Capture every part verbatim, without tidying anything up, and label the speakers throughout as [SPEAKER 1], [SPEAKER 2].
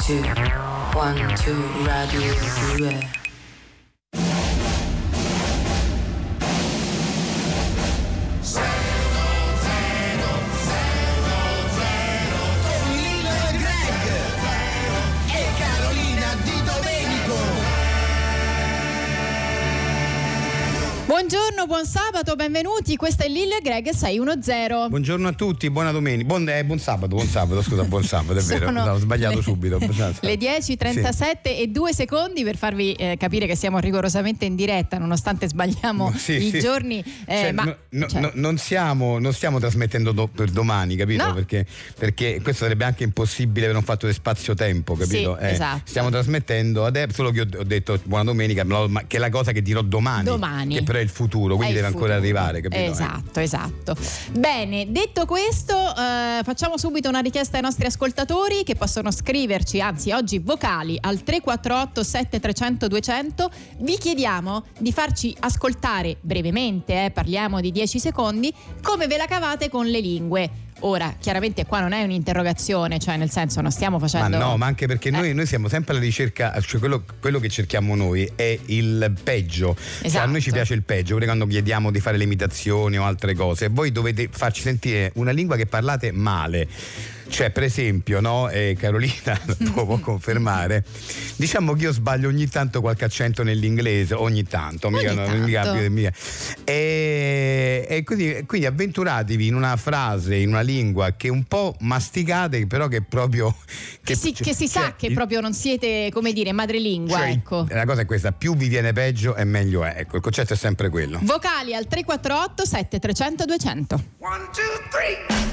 [SPEAKER 1] two, one, two, radio due.
[SPEAKER 2] Buongiorno, buon sabato, benvenuti. Questa è Lillo e Greg sei uno zero.
[SPEAKER 3] Buongiorno a tutti, buona domenica. Buon, eh, buon sabato, buon sabato, scusa, buon sabato, è vero. Ho sbagliato
[SPEAKER 2] le,
[SPEAKER 3] subito.
[SPEAKER 2] Le dieci e trentasette sì. E due secondi per farvi eh, capire che siamo rigorosamente in diretta, nonostante sbagliamo sì, i sì. giorni. Eh,
[SPEAKER 3] cioè,
[SPEAKER 2] ma,
[SPEAKER 3] no, no,
[SPEAKER 2] cioè.
[SPEAKER 3] no, non, siamo, non stiamo trasmettendo do, per domani, capito?
[SPEAKER 2] No.
[SPEAKER 3] Perché, perché questo sarebbe anche impossibile per un fatto di spazio-tempo, capito?
[SPEAKER 2] Sì,
[SPEAKER 3] eh,
[SPEAKER 2] esatto.
[SPEAKER 3] Stiamo trasmettendo adesso, solo che ho, ho detto buona domenica, che è la cosa che dirò domani,
[SPEAKER 2] domani.
[SPEAKER 3] Che però è il futuro, quindi deve ancora arrivare, capito?
[SPEAKER 2] Esatto,
[SPEAKER 3] eh.
[SPEAKER 2] esatto. Bene, detto questo, eh, facciamo subito una richiesta ai nostri ascoltatori che possono scriverci, anzi oggi vocali, al tre quattro otto sette tre zero zero due zero zero. Vi chiediamo di farci ascoltare brevemente, eh, parliamo di dieci secondi, come ve la cavate con le lingue. Ora, chiaramente qua non è un'interrogazione, cioè nel senso non stiamo facendo...
[SPEAKER 3] Ma no, ma anche perché noi,
[SPEAKER 2] eh.
[SPEAKER 3] noi siamo sempre alla ricerca, cioè quello, quello che cerchiamo noi è il peggio.
[SPEAKER 2] Esatto.
[SPEAKER 3] Cioè a noi ci piace il peggio, pure quando chiediamo di fare le imitazioni o altre cose. Voi dovete farci sentire una lingua che parlate male. Cioè, per esempio, no, eh, Carolina lo può confermare, diciamo che io sbaglio ogni tanto qualche accento nell'inglese, ogni tanto,
[SPEAKER 2] ogni
[SPEAKER 3] mica,
[SPEAKER 2] tanto.
[SPEAKER 3] mica, mica. E, e quindi, quindi avventuratevi in una frase, in una lingua che un po' masticate, però che proprio...
[SPEAKER 2] Che, che, si,
[SPEAKER 3] cioè,
[SPEAKER 2] che si sa
[SPEAKER 3] cioè,
[SPEAKER 2] che
[SPEAKER 3] il,
[SPEAKER 2] proprio non siete, come dire, madrelingua,
[SPEAKER 3] cioè,
[SPEAKER 2] ecco.
[SPEAKER 3] La cosa è questa, più vi viene peggio e meglio è, ecco, il concetto è sempre quello.
[SPEAKER 2] Vocali al tre quattro otto sette tre zero zero due zero zero.
[SPEAKER 3] One, two, three.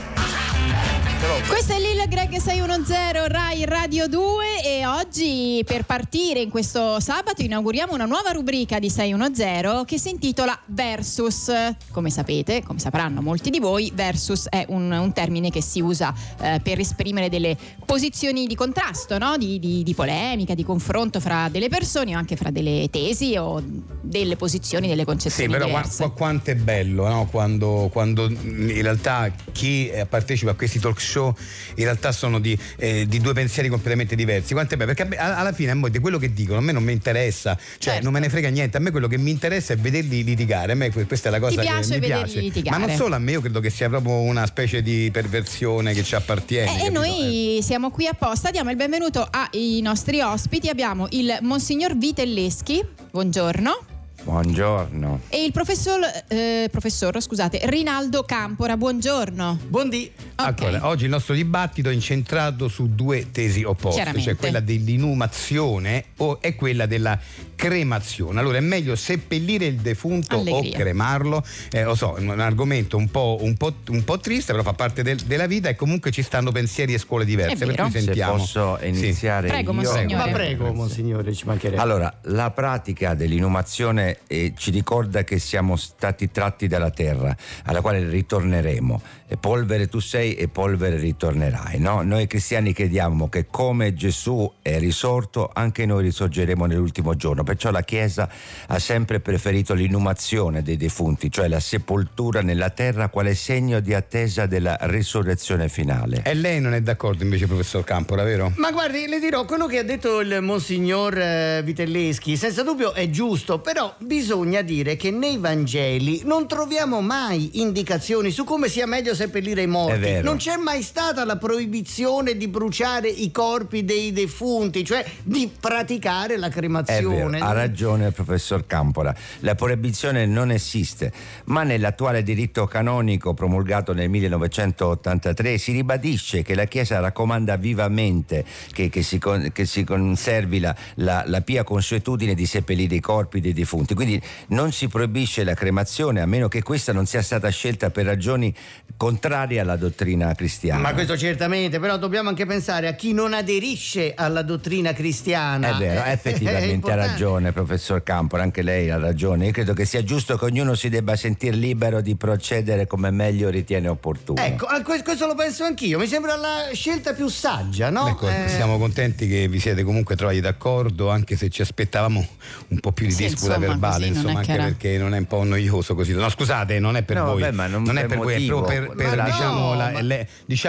[SPEAKER 2] Questo è Lil Greg sei uno zero Rai Radio due e oggi per partire in questo sabato inauguriamo una nuova rubrica di sei uno zero che si intitola Versus. Come sapete, come sapranno molti di voi, versus è un, un termine che si usa eh, per esprimere delle posizioni di contrasto, no? di, di, di polemica, di confronto fra delle persone o anche fra delle tesi o delle posizioni, delle concezioni
[SPEAKER 3] sì, però
[SPEAKER 2] diverse.
[SPEAKER 3] Qu- quanto è bello, no? quando, quando in realtà chi partecipa a questi talk show in realtà sono di, eh, di due pensieri completamente diversi. Quanto è bello, perché alla fine di quello che dicono a me non mi interessa, cioè certo. non me ne frega niente, a me quello che mi interessa è vederli litigare, a me questa è la cosa
[SPEAKER 2] Ti piace
[SPEAKER 3] che mi piace,
[SPEAKER 2] litigare.
[SPEAKER 3] ma non solo a me, io credo che sia proprio una specie di perversione che ci appartiene.
[SPEAKER 2] E eh, noi eh. siamo qui apposta, diamo il benvenuto ai nostri ospiti, abbiamo il Monsignor Vitelleschi, buongiorno.
[SPEAKER 4] Buongiorno.
[SPEAKER 2] E il professor, eh, professor scusate, Rinaldo Campora, buongiorno.
[SPEAKER 5] Buondì.
[SPEAKER 3] Okay. Allora, oggi il nostro dibattito è incentrato su due tesi opposte, cioè quella dell'inumazione o e quella della cremazione. Allora, è meglio seppellire il defunto
[SPEAKER 2] Allegria.
[SPEAKER 3] o cremarlo? Eh, lo so, è un argomento un po', un po', un po' triste, però fa parte del, della vita e comunque ci stanno pensieri e scuole diverse. Per cui sentiamo.
[SPEAKER 4] Se posso iniziare
[SPEAKER 2] sì. Prego,
[SPEAKER 4] io.
[SPEAKER 2] Monsignore.
[SPEAKER 5] Ma prego, Monsignore, ci mancherebbe.
[SPEAKER 4] Allora, la pratica dell'inumazione eh, ci ricorda che siamo stati tratti dalla terra, alla quale ritorneremo. E polvere tu sei e polvere ritornerai, no? Noi cristiani crediamo che come Gesù è risorto, anche noi risorgeremo nell'ultimo giorno. Perciò la Chiesa ha sempre preferito l'inumazione dei defunti, cioè la sepoltura nella terra quale segno di attesa della risurrezione finale.
[SPEAKER 3] E lei non è d'accordo invece, professor Campora, vero?
[SPEAKER 5] Ma guardi, le dirò, quello che ha detto il Monsignor eh, Vitelleschi senza dubbio è giusto, però bisogna dire che nei Vangeli non troviamo mai indicazioni su come sia meglio seppellire i morti.
[SPEAKER 4] È vero.
[SPEAKER 5] Non c'è mai stata la proibizione di bruciare i corpi dei defunti, cioè di praticare la cremazione.
[SPEAKER 4] È vero, ha ragione il professor Campora, la proibizione non esiste, ma nell'attuale diritto canonico promulgato nel millenovecentottantatré si ribadisce che la Chiesa raccomanda vivamente che, che, si, che si conservi la, la, la pia consuetudine di seppellire i corpi dei defunti, quindi non si proibisce la cremazione a meno che questa non sia stata scelta per ragioni contrarie alla dottrina cristiana.
[SPEAKER 5] Ma questo certamente, però dobbiamo anche pensare a chi non aderisce alla dottrina cristiana.
[SPEAKER 4] È vero, effettivamente ha ragione professor Campora, anche lei ha ragione. Io credo che sia giusto che ognuno si debba sentire libero di procedere come meglio ritiene opportuno.
[SPEAKER 5] Ecco, questo lo penso anch'io, mi sembra la scelta più saggia, no?
[SPEAKER 3] Ecco,
[SPEAKER 5] eh...
[SPEAKER 3] siamo contenti che vi siete comunque trovati d'accordo, anche se ci aspettavamo un po' più di
[SPEAKER 2] sì,
[SPEAKER 3] disputa
[SPEAKER 2] insomma,
[SPEAKER 3] verbale,
[SPEAKER 2] così,
[SPEAKER 3] insomma, anche
[SPEAKER 2] era...
[SPEAKER 3] perché non è un po' noioso così. No, scusate, non è per
[SPEAKER 4] no,
[SPEAKER 3] voi,
[SPEAKER 4] beh, ma non,
[SPEAKER 3] non è per
[SPEAKER 4] motivo,
[SPEAKER 3] voi, è proprio per, per
[SPEAKER 5] ma
[SPEAKER 3] diciamo,
[SPEAKER 5] no,
[SPEAKER 3] la,
[SPEAKER 5] ma...
[SPEAKER 3] le, diciamo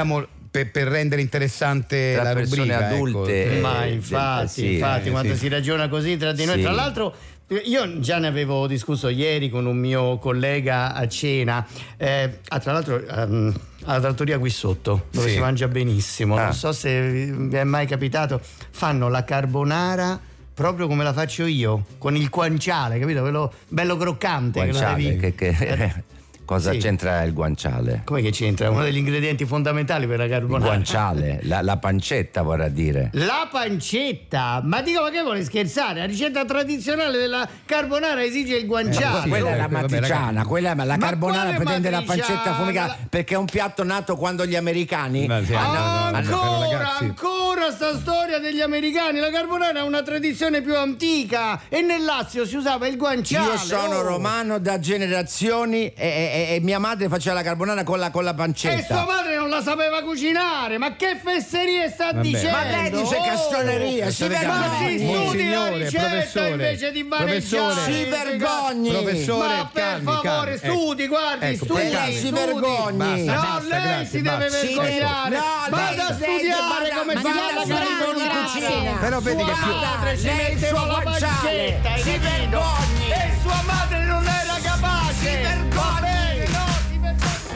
[SPEAKER 3] per, per rendere interessante
[SPEAKER 4] tra
[SPEAKER 3] la
[SPEAKER 4] persone
[SPEAKER 3] rubrica,
[SPEAKER 4] adulte.
[SPEAKER 3] ecco.
[SPEAKER 4] Eh,
[SPEAKER 5] Ma infatti,
[SPEAKER 4] sì,
[SPEAKER 5] infatti
[SPEAKER 3] eh,
[SPEAKER 5] quando
[SPEAKER 3] sì.
[SPEAKER 5] si ragiona così tra di noi,
[SPEAKER 4] Sì.
[SPEAKER 5] tra l'altro io già ne avevo discusso ieri con un mio collega a cena, eh, ah, tra l'altro ehm, alla trattoria qui sotto, dove
[SPEAKER 3] Sì.
[SPEAKER 5] si mangia benissimo,
[SPEAKER 4] Ah.
[SPEAKER 5] non so se vi è mai capitato, fanno la carbonara proprio come la faccio io, con il guanciale, capito? Quello bello croccante.
[SPEAKER 4] Guanciale,
[SPEAKER 5] che lo devi...
[SPEAKER 4] che, che- cosa
[SPEAKER 5] Sì.
[SPEAKER 4] c'entra il guanciale?
[SPEAKER 5] Come che c'entra? È uno degli ingredienti fondamentali per la
[SPEAKER 4] Il
[SPEAKER 5] carbonara.
[SPEAKER 4] guanciale, la, la pancetta vorrà dire.
[SPEAKER 5] La pancetta, ma dico, ma che vuole scherzare? La ricetta tradizionale della carbonara esige il guanciale.
[SPEAKER 3] sì,
[SPEAKER 4] Quella è la
[SPEAKER 3] vabbè,
[SPEAKER 4] matriciana,
[SPEAKER 3] ragazzi.
[SPEAKER 4] quella, ma la
[SPEAKER 5] Ma
[SPEAKER 4] carbonara
[SPEAKER 5] quale
[SPEAKER 4] pretende la
[SPEAKER 5] matriciana?
[SPEAKER 4] pancetta affumicata perché è un piatto nato quando gli americani
[SPEAKER 3] Ma sì,
[SPEAKER 4] hanno-
[SPEAKER 3] no, no, no,
[SPEAKER 4] hanno-
[SPEAKER 3] però,
[SPEAKER 5] Ancora,
[SPEAKER 3] ragazzi.
[SPEAKER 5] ancora sta storia degli americani. La carbonara è una tradizione più antica e nel Lazio si usava il guanciale.
[SPEAKER 4] Io sono
[SPEAKER 5] oh.
[SPEAKER 4] romano da generazioni e, e- e mia madre faceva la carbonara con la, con la
[SPEAKER 5] E
[SPEAKER 4] pancetta.
[SPEAKER 5] sua madre non la sapeva cucinare. Ma che fesserie sta
[SPEAKER 3] Vabbè.
[SPEAKER 5] dicendo?
[SPEAKER 4] Ma lei dice
[SPEAKER 5] Oh!
[SPEAKER 4] castroneria, si
[SPEAKER 3] State
[SPEAKER 5] Ma
[SPEAKER 3] calmi.
[SPEAKER 5] si
[SPEAKER 4] vergogni.
[SPEAKER 5] studi la
[SPEAKER 3] Monsignore,
[SPEAKER 5] ricetta
[SPEAKER 3] professore,
[SPEAKER 5] invece di
[SPEAKER 3] professore.
[SPEAKER 5] vaneggiare.
[SPEAKER 4] Si vergogni.
[SPEAKER 3] Professore,
[SPEAKER 5] Ma per
[SPEAKER 3] calmi,
[SPEAKER 5] favore,
[SPEAKER 3] calmi.
[SPEAKER 5] studi, guardi,
[SPEAKER 3] Ecco,
[SPEAKER 5] studi,
[SPEAKER 3] per calmi.
[SPEAKER 4] si
[SPEAKER 5] studi.
[SPEAKER 4] vergogni.
[SPEAKER 3] Basta,
[SPEAKER 5] No,
[SPEAKER 3] basta,
[SPEAKER 5] lei
[SPEAKER 3] grazie,
[SPEAKER 5] si deve
[SPEAKER 3] basta.
[SPEAKER 5] vergognare.
[SPEAKER 4] No,
[SPEAKER 5] Vada
[SPEAKER 4] lei
[SPEAKER 5] a
[SPEAKER 4] deve-
[SPEAKER 5] studiare
[SPEAKER 4] vada-
[SPEAKER 5] come
[SPEAKER 4] ma
[SPEAKER 5] fa
[SPEAKER 4] vada
[SPEAKER 5] la
[SPEAKER 4] a studiare
[SPEAKER 5] carbonara.
[SPEAKER 2] in cucina.
[SPEAKER 3] Però vedi
[SPEAKER 5] Sua
[SPEAKER 3] che più-
[SPEAKER 5] madre ci
[SPEAKER 4] Lei il
[SPEAKER 5] metteva
[SPEAKER 4] suo
[SPEAKER 5] la
[SPEAKER 4] guanciale.
[SPEAKER 5] pancetta, hai
[SPEAKER 4] Si
[SPEAKER 5] capito?
[SPEAKER 4] vergogni.
[SPEAKER 5] E sua madre non era capace.
[SPEAKER 4] Si vergogni.
[SPEAKER 5] Va bene, no, si vergogni.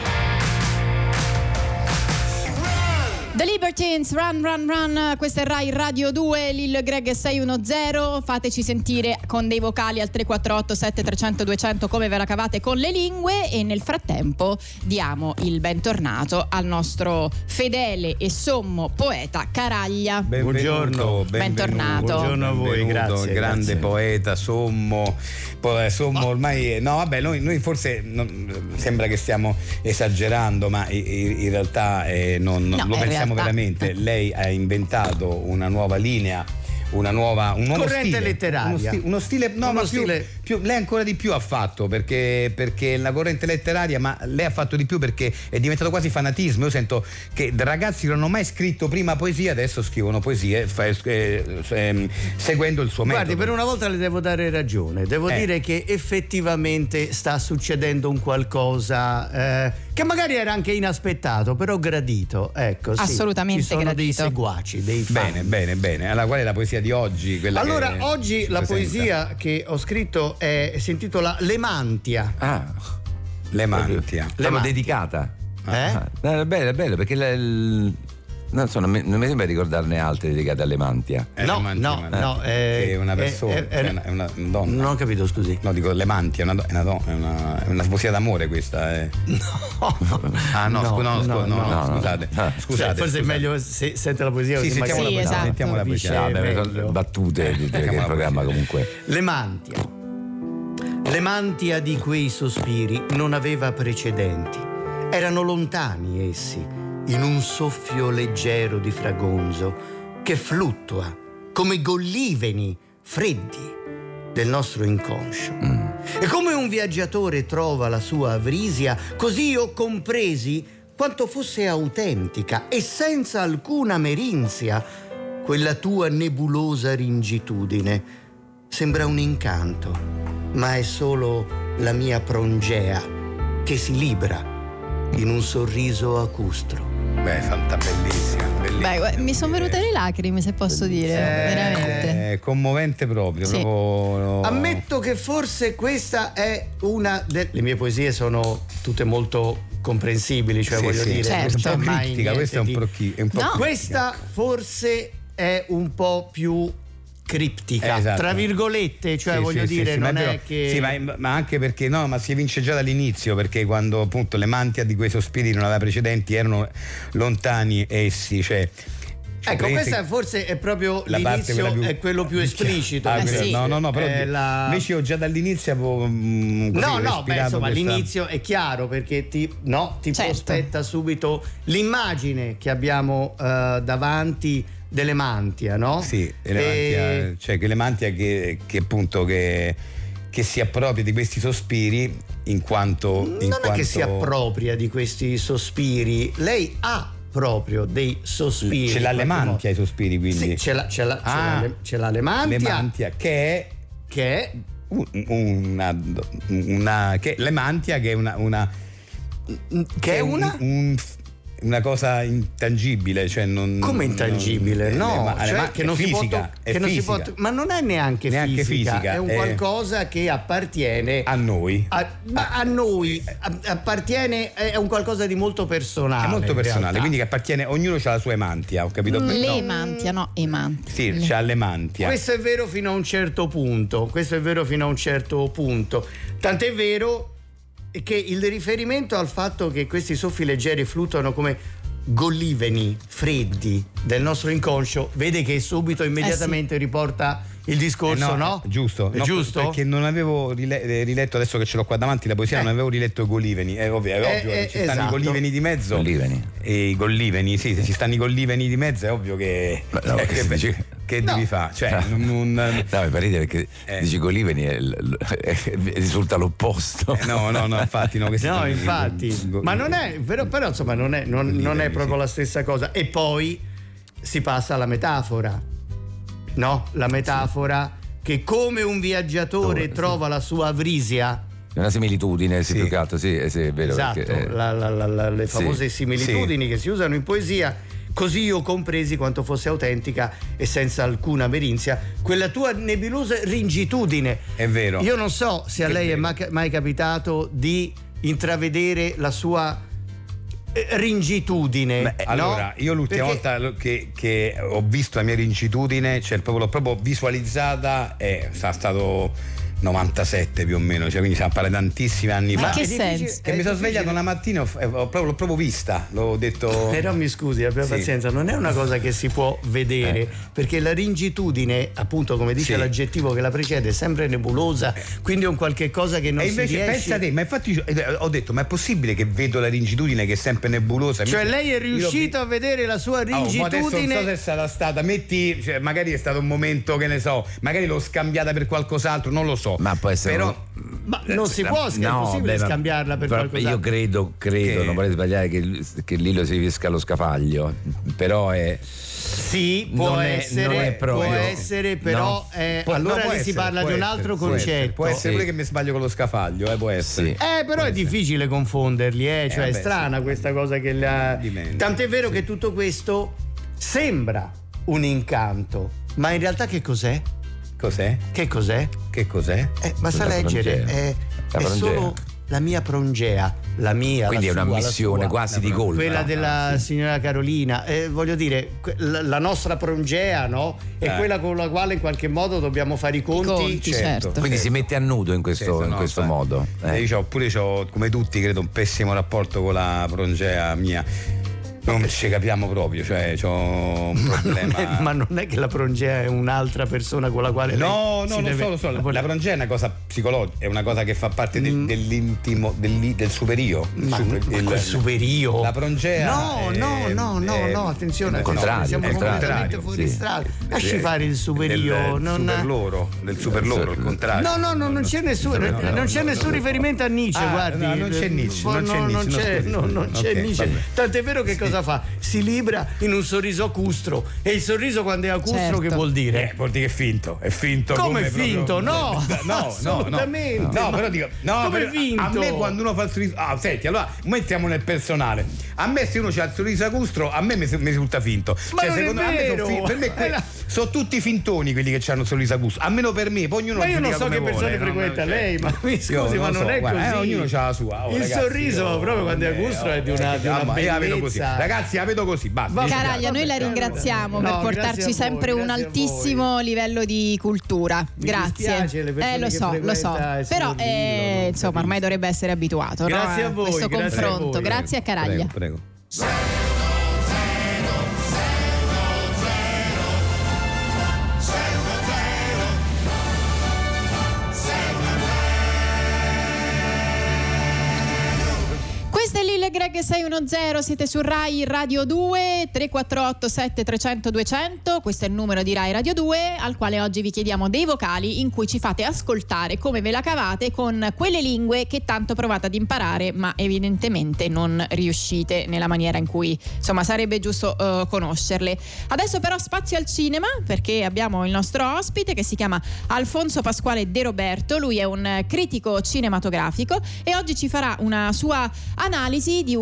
[SPEAKER 2] The Libertines, Run Run Run, questa è Rai Radio due, Lil Greg sei uno zero, fateci sentire con dei vocali al tre quattro otto sette tre zero zero due zero zero come ve la cavate con le lingue e nel frattempo diamo il bentornato al nostro fedele e sommo poeta Caraglia.
[SPEAKER 3] Benvenuto,
[SPEAKER 5] Buongiorno.
[SPEAKER 2] Bentornato.
[SPEAKER 5] Buongiorno a voi,
[SPEAKER 3] benvenuto,
[SPEAKER 5] grazie,
[SPEAKER 3] grande
[SPEAKER 5] grazie.
[SPEAKER 3] poeta, sommo, po- sommo ormai, no vabbè, noi, noi forse non- sembra che stiamo esagerando, ma i- i- in realtà eh, non, non-
[SPEAKER 2] No,
[SPEAKER 3] lo
[SPEAKER 2] in
[SPEAKER 3] pensiamo
[SPEAKER 2] realtà-
[SPEAKER 3] veramente. Lei ha inventato una nuova linea, una nuova, un nuovo
[SPEAKER 5] Corrente
[SPEAKER 3] stile,
[SPEAKER 5] letteraria.
[SPEAKER 3] uno, sti- uno stile, no,
[SPEAKER 5] Uno
[SPEAKER 3] ma più-
[SPEAKER 5] stile-
[SPEAKER 3] più- lei ancora di più ha fatto perché, perché la corrente letteraria, ma lei ha fatto di più perché è diventato quasi fanatismo. Io sento che ragazzi che non hanno mai scritto prima poesia adesso scrivono poesie fa- eh, eh, seguendo il suo
[SPEAKER 5] Guardi,
[SPEAKER 3] metodo.
[SPEAKER 5] per una volta le devo dare ragione. Devo
[SPEAKER 3] Eh.
[SPEAKER 5] dire che effettivamente sta succedendo un qualcosa eh, che magari era anche inaspettato, però gradito. Ecco, sì.
[SPEAKER 2] Assolutamente
[SPEAKER 5] Ci sono dei
[SPEAKER 2] gradito.
[SPEAKER 5] seguaci, dei fan.
[SPEAKER 3] Bene, bene, bene. Allora, qual è la poesia di oggi? Quella
[SPEAKER 5] Allora,
[SPEAKER 3] che
[SPEAKER 5] oggi la
[SPEAKER 3] presenta?
[SPEAKER 5] poesia che ho scritto è, si intitola Le Mantia.
[SPEAKER 4] Ah,
[SPEAKER 3] Le Mantia.
[SPEAKER 5] Le
[SPEAKER 4] l'abbiamo
[SPEAKER 5] mani.
[SPEAKER 4] dedicata.
[SPEAKER 5] Eh?
[SPEAKER 4] Ah, no, è bello, è bello perché la- il- non so, non mi, non mi sembra ricordarne altre dedicate alle Mantia.
[SPEAKER 3] Eh,
[SPEAKER 5] No,
[SPEAKER 3] Le Mantia,
[SPEAKER 5] no,
[SPEAKER 3] ma-
[SPEAKER 5] no,
[SPEAKER 3] che
[SPEAKER 5] eh,
[SPEAKER 3] è una
[SPEAKER 5] eh,
[SPEAKER 3] persona,
[SPEAKER 5] eh,
[SPEAKER 3] cioè, è una, è una donna.
[SPEAKER 5] Non ho capito, scusi.
[SPEAKER 3] No, dico Le Mantia, è una, do- è una, do- è una, è una poesia d'amore questa. eh. Ah no,
[SPEAKER 5] No,
[SPEAKER 3] scu- no,
[SPEAKER 5] no,
[SPEAKER 3] scu- no,
[SPEAKER 5] no,
[SPEAKER 3] no,
[SPEAKER 4] no.
[SPEAKER 3] scusate.
[SPEAKER 4] Ah.
[SPEAKER 3] Scusate.
[SPEAKER 5] Forse
[SPEAKER 3] scusate.
[SPEAKER 5] è meglio se sente la poesia.
[SPEAKER 3] Sì,
[SPEAKER 5] così
[SPEAKER 3] sentiamo
[SPEAKER 5] magari-
[SPEAKER 2] Sì,
[SPEAKER 3] la poesia,
[SPEAKER 2] esatto.
[SPEAKER 3] sentiamo la
[SPEAKER 5] Capisce
[SPEAKER 3] poesia.
[SPEAKER 4] Vabbè,
[SPEAKER 5] meglio.
[SPEAKER 4] sono battute di- del
[SPEAKER 3] Sentiamo la
[SPEAKER 4] programma
[SPEAKER 3] poesia.
[SPEAKER 4] comunque.
[SPEAKER 5] Le Mantia. Le mantia di quei sospiri non aveva precedenti. Erano lontani essi, in un soffio leggero di fragonzo che fluttua come golliveni freddi del nostro inconscio. E come un viaggiatore trova la sua avrisia, così ho compresi quanto fosse autentica e senza alcuna merinzia quella tua nebulosa ringitudine. Sembra un incanto, ma è solo la mia prongea che si libra in un sorriso acustro.
[SPEAKER 3] Beh, fanta bellissima, bellissima.
[SPEAKER 2] Beh, guarda, mi sono venute le lacrime, se posso dire, veramente.
[SPEAKER 3] Eh, commovente proprio,
[SPEAKER 2] Sì.
[SPEAKER 3] proprio.
[SPEAKER 5] Ammetto che forse questa è una delle le mie poesie sono tutte molto comprensibili, cioè
[SPEAKER 3] Sì,
[SPEAKER 5] voglio
[SPEAKER 3] sì.
[SPEAKER 5] dire,
[SPEAKER 2] Certo.
[SPEAKER 5] non c'è
[SPEAKER 3] un po'
[SPEAKER 5] mai
[SPEAKER 3] criptica,
[SPEAKER 5] niente
[SPEAKER 3] questa è un
[SPEAKER 5] di-
[SPEAKER 3] po' chi- è un po'
[SPEAKER 2] No.
[SPEAKER 3] criptica.
[SPEAKER 5] Questa forse è un po' più criptica,
[SPEAKER 3] Eh, esatto.
[SPEAKER 5] tra virgolette, cioè
[SPEAKER 3] Sì,
[SPEAKER 5] voglio
[SPEAKER 3] sì,
[SPEAKER 5] dire,
[SPEAKER 3] sì, sì, ma
[SPEAKER 5] non è
[SPEAKER 3] vero.
[SPEAKER 5] che
[SPEAKER 3] Sì, ma, ma anche perché no, ma si evince già dall'inizio, perché quando appunto le mantia di quei sospiri non aveva precedenti erano lontani essi, cioè. cioè,
[SPEAKER 5] Ecco,
[SPEAKER 3] praticamente
[SPEAKER 5] questa forse è proprio
[SPEAKER 3] la parte
[SPEAKER 5] l'inizio,
[SPEAKER 3] quella più-
[SPEAKER 5] è quello più esplicito.
[SPEAKER 3] Ah,
[SPEAKER 2] Eh,
[SPEAKER 3] quello-
[SPEAKER 2] sì.
[SPEAKER 3] No, no, no, però
[SPEAKER 5] È la-
[SPEAKER 3] invece io già dall'inizio avevo mm, così
[SPEAKER 5] No, no, beh,
[SPEAKER 3] respirato
[SPEAKER 5] insomma,
[SPEAKER 3] questa-
[SPEAKER 5] l'inizio è chiaro perché ti, no, ti
[SPEAKER 2] Certo.
[SPEAKER 5] prospetta subito l'immagine che abbiamo eh, davanti delle mantia, no?
[SPEAKER 3] Sì, e le
[SPEAKER 5] E-
[SPEAKER 3] mantia, cioè che le mantia che, che appunto che, che si appropria di questi sospiri in quanto in
[SPEAKER 5] non è
[SPEAKER 3] quanto-
[SPEAKER 5] che si appropria di questi sospiri, lei ha proprio dei sospiri.
[SPEAKER 3] ce l'ha
[SPEAKER 5] in
[SPEAKER 3] le
[SPEAKER 5] qualche
[SPEAKER 3] mantia i sospiri,
[SPEAKER 5] modo.
[SPEAKER 3] quindi
[SPEAKER 5] Sì, ce l'ha, ce l'ha, ce
[SPEAKER 3] Ah,
[SPEAKER 5] l'ha le, ce l'ha le mantia,
[SPEAKER 3] le mantia che è
[SPEAKER 5] che è
[SPEAKER 3] un- una, una che le mantia che è una, una
[SPEAKER 5] che è una
[SPEAKER 3] un, un- una cosa intangibile, cioè non,
[SPEAKER 5] come intangibile?
[SPEAKER 3] Non,
[SPEAKER 5] no,
[SPEAKER 3] ma,
[SPEAKER 5] cioè
[SPEAKER 3] ma,
[SPEAKER 5] che non
[SPEAKER 3] fisica,
[SPEAKER 5] si può, to- che non si può to- ma non è neanche,
[SPEAKER 3] neanche
[SPEAKER 5] fisica,
[SPEAKER 3] fisica,
[SPEAKER 5] è un
[SPEAKER 3] è
[SPEAKER 5] qualcosa che appartiene
[SPEAKER 3] a noi.
[SPEAKER 5] A, ma a noi a, appartiene, è un qualcosa di molto personale.
[SPEAKER 3] È molto personale,
[SPEAKER 5] realtà.
[SPEAKER 3] quindi che appartiene, ognuno ha la sua emantia, ho capito bene?
[SPEAKER 2] Le
[SPEAKER 3] No.
[SPEAKER 2] mantia, no, emantia.
[SPEAKER 3] Sì, c'ha le mantia.
[SPEAKER 5] Questo è vero fino a un certo punto, questo è vero fino a un certo punto. Tant'è vero che il riferimento al fatto che questi soffi leggeri fluttuano come golliveni freddi del nostro inconscio, vede che subito immediatamente eh sì. riporta il discorso,
[SPEAKER 3] eh no,
[SPEAKER 5] no?
[SPEAKER 3] Giusto,
[SPEAKER 5] è
[SPEAKER 3] no,
[SPEAKER 5] giusto?
[SPEAKER 3] Perché non avevo rile- riletto, adesso che ce l'ho qua davanti la poesia,
[SPEAKER 5] eh.
[SPEAKER 3] non avevo riletto i golliveni, è ovvio, è
[SPEAKER 5] eh,
[SPEAKER 3] ovvio
[SPEAKER 5] eh,
[SPEAKER 3] ci
[SPEAKER 5] esatto.
[SPEAKER 3] stanno i golliveni di mezzo.
[SPEAKER 4] Golliveni.
[SPEAKER 3] E i golliveni, sì, se ci stanno i golliveni di mezzo è ovvio che
[SPEAKER 4] Ma no,
[SPEAKER 3] eh,
[SPEAKER 4] che
[SPEAKER 3] che,
[SPEAKER 4] dici-
[SPEAKER 3] che
[SPEAKER 5] No.
[SPEAKER 3] devi fare? Cioè,
[SPEAKER 4] No.
[SPEAKER 3] non, non-
[SPEAKER 4] No, mi fa ridere perché
[SPEAKER 3] Eh.
[SPEAKER 4] dici Golliveni e l- l- risulta l'opposto.
[SPEAKER 3] eh, no, no, no, infatti no, questi
[SPEAKER 5] No,
[SPEAKER 3] sono i-
[SPEAKER 5] infatti,
[SPEAKER 3] i go-
[SPEAKER 5] ma non è però, però insomma non è, non, non è proprio
[SPEAKER 3] sì.
[SPEAKER 5] la stessa cosa. E poi si passa alla metafora, no? La metafora che come un viaggiatore
[SPEAKER 4] Sì.
[SPEAKER 5] trova la sua avrisia.
[SPEAKER 4] È una similitudine, sì,
[SPEAKER 3] Sì.
[SPEAKER 4] più che altro, sì, eh, sì, è vero.
[SPEAKER 5] Esatto,
[SPEAKER 4] perché, eh,
[SPEAKER 5] la- la- la- la- le
[SPEAKER 4] sì.
[SPEAKER 5] famose similitudini che si usano in poesia, così io compresi quanto fosse autentica e senza alcuna merinzia quella tua nebulosa ringitudine.
[SPEAKER 3] È vero.
[SPEAKER 5] Io non so se a
[SPEAKER 3] È
[SPEAKER 5] lei è
[SPEAKER 3] vero.
[SPEAKER 5] mai, mai capitato di intravedere la sua eh, ringitudine.
[SPEAKER 3] Beh,
[SPEAKER 5] no?
[SPEAKER 3] allora, io l'ultima
[SPEAKER 5] Perché-
[SPEAKER 3] volta lo- che, che ho visto la mia ringitudine, cioè proprio, l'ho proprio visualizzata, è sarà stato novantasette più o meno, cioè quindi stiamo parlando di tantissimi anni
[SPEAKER 2] Ma
[SPEAKER 3] fa.
[SPEAKER 2] che
[SPEAKER 5] è difficile-
[SPEAKER 2] senso?
[SPEAKER 3] Che
[SPEAKER 5] è
[SPEAKER 3] mi sono
[SPEAKER 5] difficile-
[SPEAKER 3] svegliato una mattina, ho, ho proprio, l'ho proprio vista, l'ho detto.
[SPEAKER 5] Però mi scusi, abbia
[SPEAKER 3] Sì.
[SPEAKER 5] pazienza, non è una cosa che si può vedere,
[SPEAKER 3] Eh.
[SPEAKER 5] perché la ringitudine, appunto come dice
[SPEAKER 3] Sì.
[SPEAKER 5] l'aggettivo che la precede, è sempre nebulosa, quindi è un qualche cosa che non
[SPEAKER 3] E
[SPEAKER 5] si
[SPEAKER 3] invece
[SPEAKER 5] riesce.
[SPEAKER 3] pensa te, ma infatti eh, ho detto, ma è possibile che vedo la ringitudine che è sempre nebulosa?
[SPEAKER 5] Cioè
[SPEAKER 3] Mi-
[SPEAKER 5] lei è
[SPEAKER 3] io l'ho
[SPEAKER 5] riuscito a vedere la sua
[SPEAKER 3] Oh, ma adesso non
[SPEAKER 5] ringitudine.
[SPEAKER 3] so se è stata stata, metti, cioè, magari è stato un momento che ne so, magari l'ho scambiata per qualcos'altro, non lo so.
[SPEAKER 4] Ma può essere
[SPEAKER 3] Però
[SPEAKER 4] un-
[SPEAKER 5] Ma non si può, è
[SPEAKER 4] No,
[SPEAKER 5] possibile
[SPEAKER 4] beh, ma-
[SPEAKER 5] scambiarla per
[SPEAKER 4] però
[SPEAKER 5] qualcos'altro.
[SPEAKER 4] Io credo, credo,
[SPEAKER 3] Che-
[SPEAKER 4] non vorrei sbagliare, che, che lì lo si riesca allo scafaglio, però è...
[SPEAKER 5] Sì, può
[SPEAKER 4] Non è-
[SPEAKER 5] essere,
[SPEAKER 4] non è proprio-
[SPEAKER 5] può essere, però
[SPEAKER 4] No.
[SPEAKER 5] eh,
[SPEAKER 3] Può-
[SPEAKER 5] allora
[SPEAKER 3] no, può
[SPEAKER 5] lì si
[SPEAKER 3] essere,
[SPEAKER 5] parla
[SPEAKER 3] può
[SPEAKER 5] di un
[SPEAKER 3] essere,
[SPEAKER 5] altro
[SPEAKER 3] può essere,
[SPEAKER 5] concetto.
[SPEAKER 3] Può essere
[SPEAKER 4] Sì.
[SPEAKER 3] pure che mi sbaglio con lo scafaglio, eh, può essere.
[SPEAKER 4] Sì.
[SPEAKER 5] Eh, però è difficile confonderli, eh? Cioè
[SPEAKER 3] Eh,
[SPEAKER 5] è
[SPEAKER 3] vabbè,
[SPEAKER 5] strana
[SPEAKER 3] sì.
[SPEAKER 5] questa cosa che la...
[SPEAKER 3] Dipende.
[SPEAKER 5] Tant'è vero che tutto questo sembra un incanto, ma in realtà che cos'è?
[SPEAKER 3] Cos'è?
[SPEAKER 5] Che cos'è?
[SPEAKER 3] Che cos'è?
[SPEAKER 5] Eh, basta
[SPEAKER 4] La
[SPEAKER 5] leggere,
[SPEAKER 4] prongea.
[SPEAKER 5] è,
[SPEAKER 4] La
[SPEAKER 5] è
[SPEAKER 4] prongea.
[SPEAKER 5] solo la mia prongea, la mia,
[SPEAKER 4] Quindi
[SPEAKER 5] la
[SPEAKER 4] è una
[SPEAKER 5] sua, la
[SPEAKER 4] missione
[SPEAKER 5] sua.
[SPEAKER 4] quasi di
[SPEAKER 3] La
[SPEAKER 4] colpa.
[SPEAKER 5] Quella della signora Carolina, eh, voglio dire, que- la, la nostra prongea, no? È
[SPEAKER 3] Eh.
[SPEAKER 5] quella con la quale in qualche modo dobbiamo fare i conti.
[SPEAKER 2] conti, certo.
[SPEAKER 4] Quindi si mette a nudo in questo,
[SPEAKER 3] Certo,
[SPEAKER 4] in
[SPEAKER 3] no,
[SPEAKER 4] questo
[SPEAKER 3] sai,
[SPEAKER 4] modo.
[SPEAKER 3] eh,
[SPEAKER 4] eh.
[SPEAKER 3] Io c'ho, pure c'ho, come tutti, credo, un pessimo rapporto con la prongea mia. Non ci capiamo proprio, cioè c'ho un problema.
[SPEAKER 5] Eh, ma non è che la prongea è un'altra persona con la quale
[SPEAKER 3] No,
[SPEAKER 5] lei
[SPEAKER 3] no,
[SPEAKER 5] si
[SPEAKER 3] non
[SPEAKER 5] deve-
[SPEAKER 3] so, lo so. La, la prongea è una cosa psicologica, è una cosa che fa parte del-
[SPEAKER 5] Mm.
[SPEAKER 3] dell'intimo, del, del superio. Il
[SPEAKER 5] Ma,
[SPEAKER 3] super-
[SPEAKER 5] ma
[SPEAKER 3] il-
[SPEAKER 5] quel superio?
[SPEAKER 3] La prongea.
[SPEAKER 5] No,
[SPEAKER 3] è-
[SPEAKER 5] no, no, no,
[SPEAKER 3] è-
[SPEAKER 5] no, attenzione,
[SPEAKER 3] è-
[SPEAKER 4] il contrario,
[SPEAKER 5] siamo
[SPEAKER 4] è il
[SPEAKER 5] completamente
[SPEAKER 3] contrario,
[SPEAKER 5] fuori
[SPEAKER 4] sì.
[SPEAKER 5] strada. Lasci
[SPEAKER 3] Sì.
[SPEAKER 5] fare il superio,
[SPEAKER 3] del
[SPEAKER 5] non
[SPEAKER 3] super loro, del super loro, il contrario.
[SPEAKER 5] No, no, no, non c'è nessun,
[SPEAKER 3] No, no,
[SPEAKER 5] non c'è
[SPEAKER 3] no,
[SPEAKER 5] nessun
[SPEAKER 3] no, no.
[SPEAKER 5] riferimento a Nietzsche,
[SPEAKER 3] Ah,
[SPEAKER 5] guardi.
[SPEAKER 3] no, non c'è Nietzsche, non c'è
[SPEAKER 5] No,
[SPEAKER 3] Nietzsche, no,
[SPEAKER 5] c'è,
[SPEAKER 3] scusi.
[SPEAKER 5] no, non c'è
[SPEAKER 3] Ok,
[SPEAKER 5] Nietzsche.
[SPEAKER 3] vabbè.
[SPEAKER 5] Tant'è vero che cosa fa? Si libra in un sorriso acustro. E il sorriso quando è acustro
[SPEAKER 2] Certo.
[SPEAKER 5] che vuol dire?
[SPEAKER 3] Eh, vuol dire che è finto, è finto.
[SPEAKER 5] Come è
[SPEAKER 3] proprio-
[SPEAKER 5] finto? No,
[SPEAKER 3] no, no,
[SPEAKER 5] assolutamente.
[SPEAKER 3] No, no
[SPEAKER 5] Ma
[SPEAKER 3] però dico, no,
[SPEAKER 5] come
[SPEAKER 3] però
[SPEAKER 5] finto?
[SPEAKER 3] a me quando uno fa il sorriso, ah, senti, allora mettiamo nel personale. A me se uno c'ha il sorriso acustro, a me mi, mi risulta finto.
[SPEAKER 5] Ma non è
[SPEAKER 3] secondo me
[SPEAKER 5] vero.
[SPEAKER 3] sono fi- per me que-
[SPEAKER 5] Eh, la-
[SPEAKER 3] sono tutti fintoni quelli che hanno il sorriso acustro. Almeno per me, poi ognuno
[SPEAKER 5] Ma io non
[SPEAKER 3] giudica
[SPEAKER 5] so
[SPEAKER 3] come
[SPEAKER 5] che persone
[SPEAKER 3] vuole, no?
[SPEAKER 5] frequenta
[SPEAKER 3] Cioè,
[SPEAKER 5] lei, ma mi
[SPEAKER 3] io
[SPEAKER 5] scusi, ma
[SPEAKER 3] lo
[SPEAKER 5] non
[SPEAKER 3] so,
[SPEAKER 5] è
[SPEAKER 3] guarda,
[SPEAKER 5] così.
[SPEAKER 3] eh, ognuno ha la sua. Oh,
[SPEAKER 5] Il
[SPEAKER 3] ragazzi,
[SPEAKER 5] sorriso,
[SPEAKER 3] io-
[SPEAKER 5] proprio quando è
[SPEAKER 3] eh,
[SPEAKER 5] acustro, è di
[SPEAKER 3] oh,
[SPEAKER 5] una, di una
[SPEAKER 3] ah, ma io la vedo così.
[SPEAKER 5] bellezza.
[SPEAKER 3] Ragazzi, la vedo così. Basta.
[SPEAKER 5] Va-
[SPEAKER 2] Caraglia, noi la
[SPEAKER 5] vabbè,
[SPEAKER 2] ringraziamo
[SPEAKER 5] no,
[SPEAKER 2] per
[SPEAKER 5] grazie
[SPEAKER 2] portarci
[SPEAKER 5] a voi,
[SPEAKER 2] sempre un
[SPEAKER 5] grazie a
[SPEAKER 2] altissimo livello di cultura.
[SPEAKER 5] Mi
[SPEAKER 2] Grazie.
[SPEAKER 5] dispiace, le persone
[SPEAKER 2] Eh, lo
[SPEAKER 5] che
[SPEAKER 2] so, lo so.
[SPEAKER 5] frequenta il
[SPEAKER 2] Però
[SPEAKER 5] signor
[SPEAKER 2] eh,
[SPEAKER 5] Lillo, non
[SPEAKER 2] insomma, ormai
[SPEAKER 5] capisco.
[SPEAKER 2] dovrebbe essere abituato, no,
[SPEAKER 5] Grazie a voi,
[SPEAKER 2] questo
[SPEAKER 5] grazie a
[SPEAKER 2] confronto.
[SPEAKER 5] voi.
[SPEAKER 2] Grazie a Caraglia.
[SPEAKER 3] Prego, prego.
[SPEAKER 2] Questo è Lille Greg sei uno zero, siete su Rai Radio due, tre quattro otto sette tre zero zero due zero zero, questo è il numero di Rai Radio due al quale oggi vi chiediamo dei vocali in cui ci fate ascoltare come ve la cavate con quelle lingue che tanto provate ad imparare ma evidentemente non riuscite nella maniera in cui insomma sarebbe giusto uh, conoscerle. Adesso però spazio al cinema perché abbiamo il nostro ospite che si chiama Alfonso Pasquale De Roberto, lui è un critico cinematografico e oggi ci farà una sua analisi di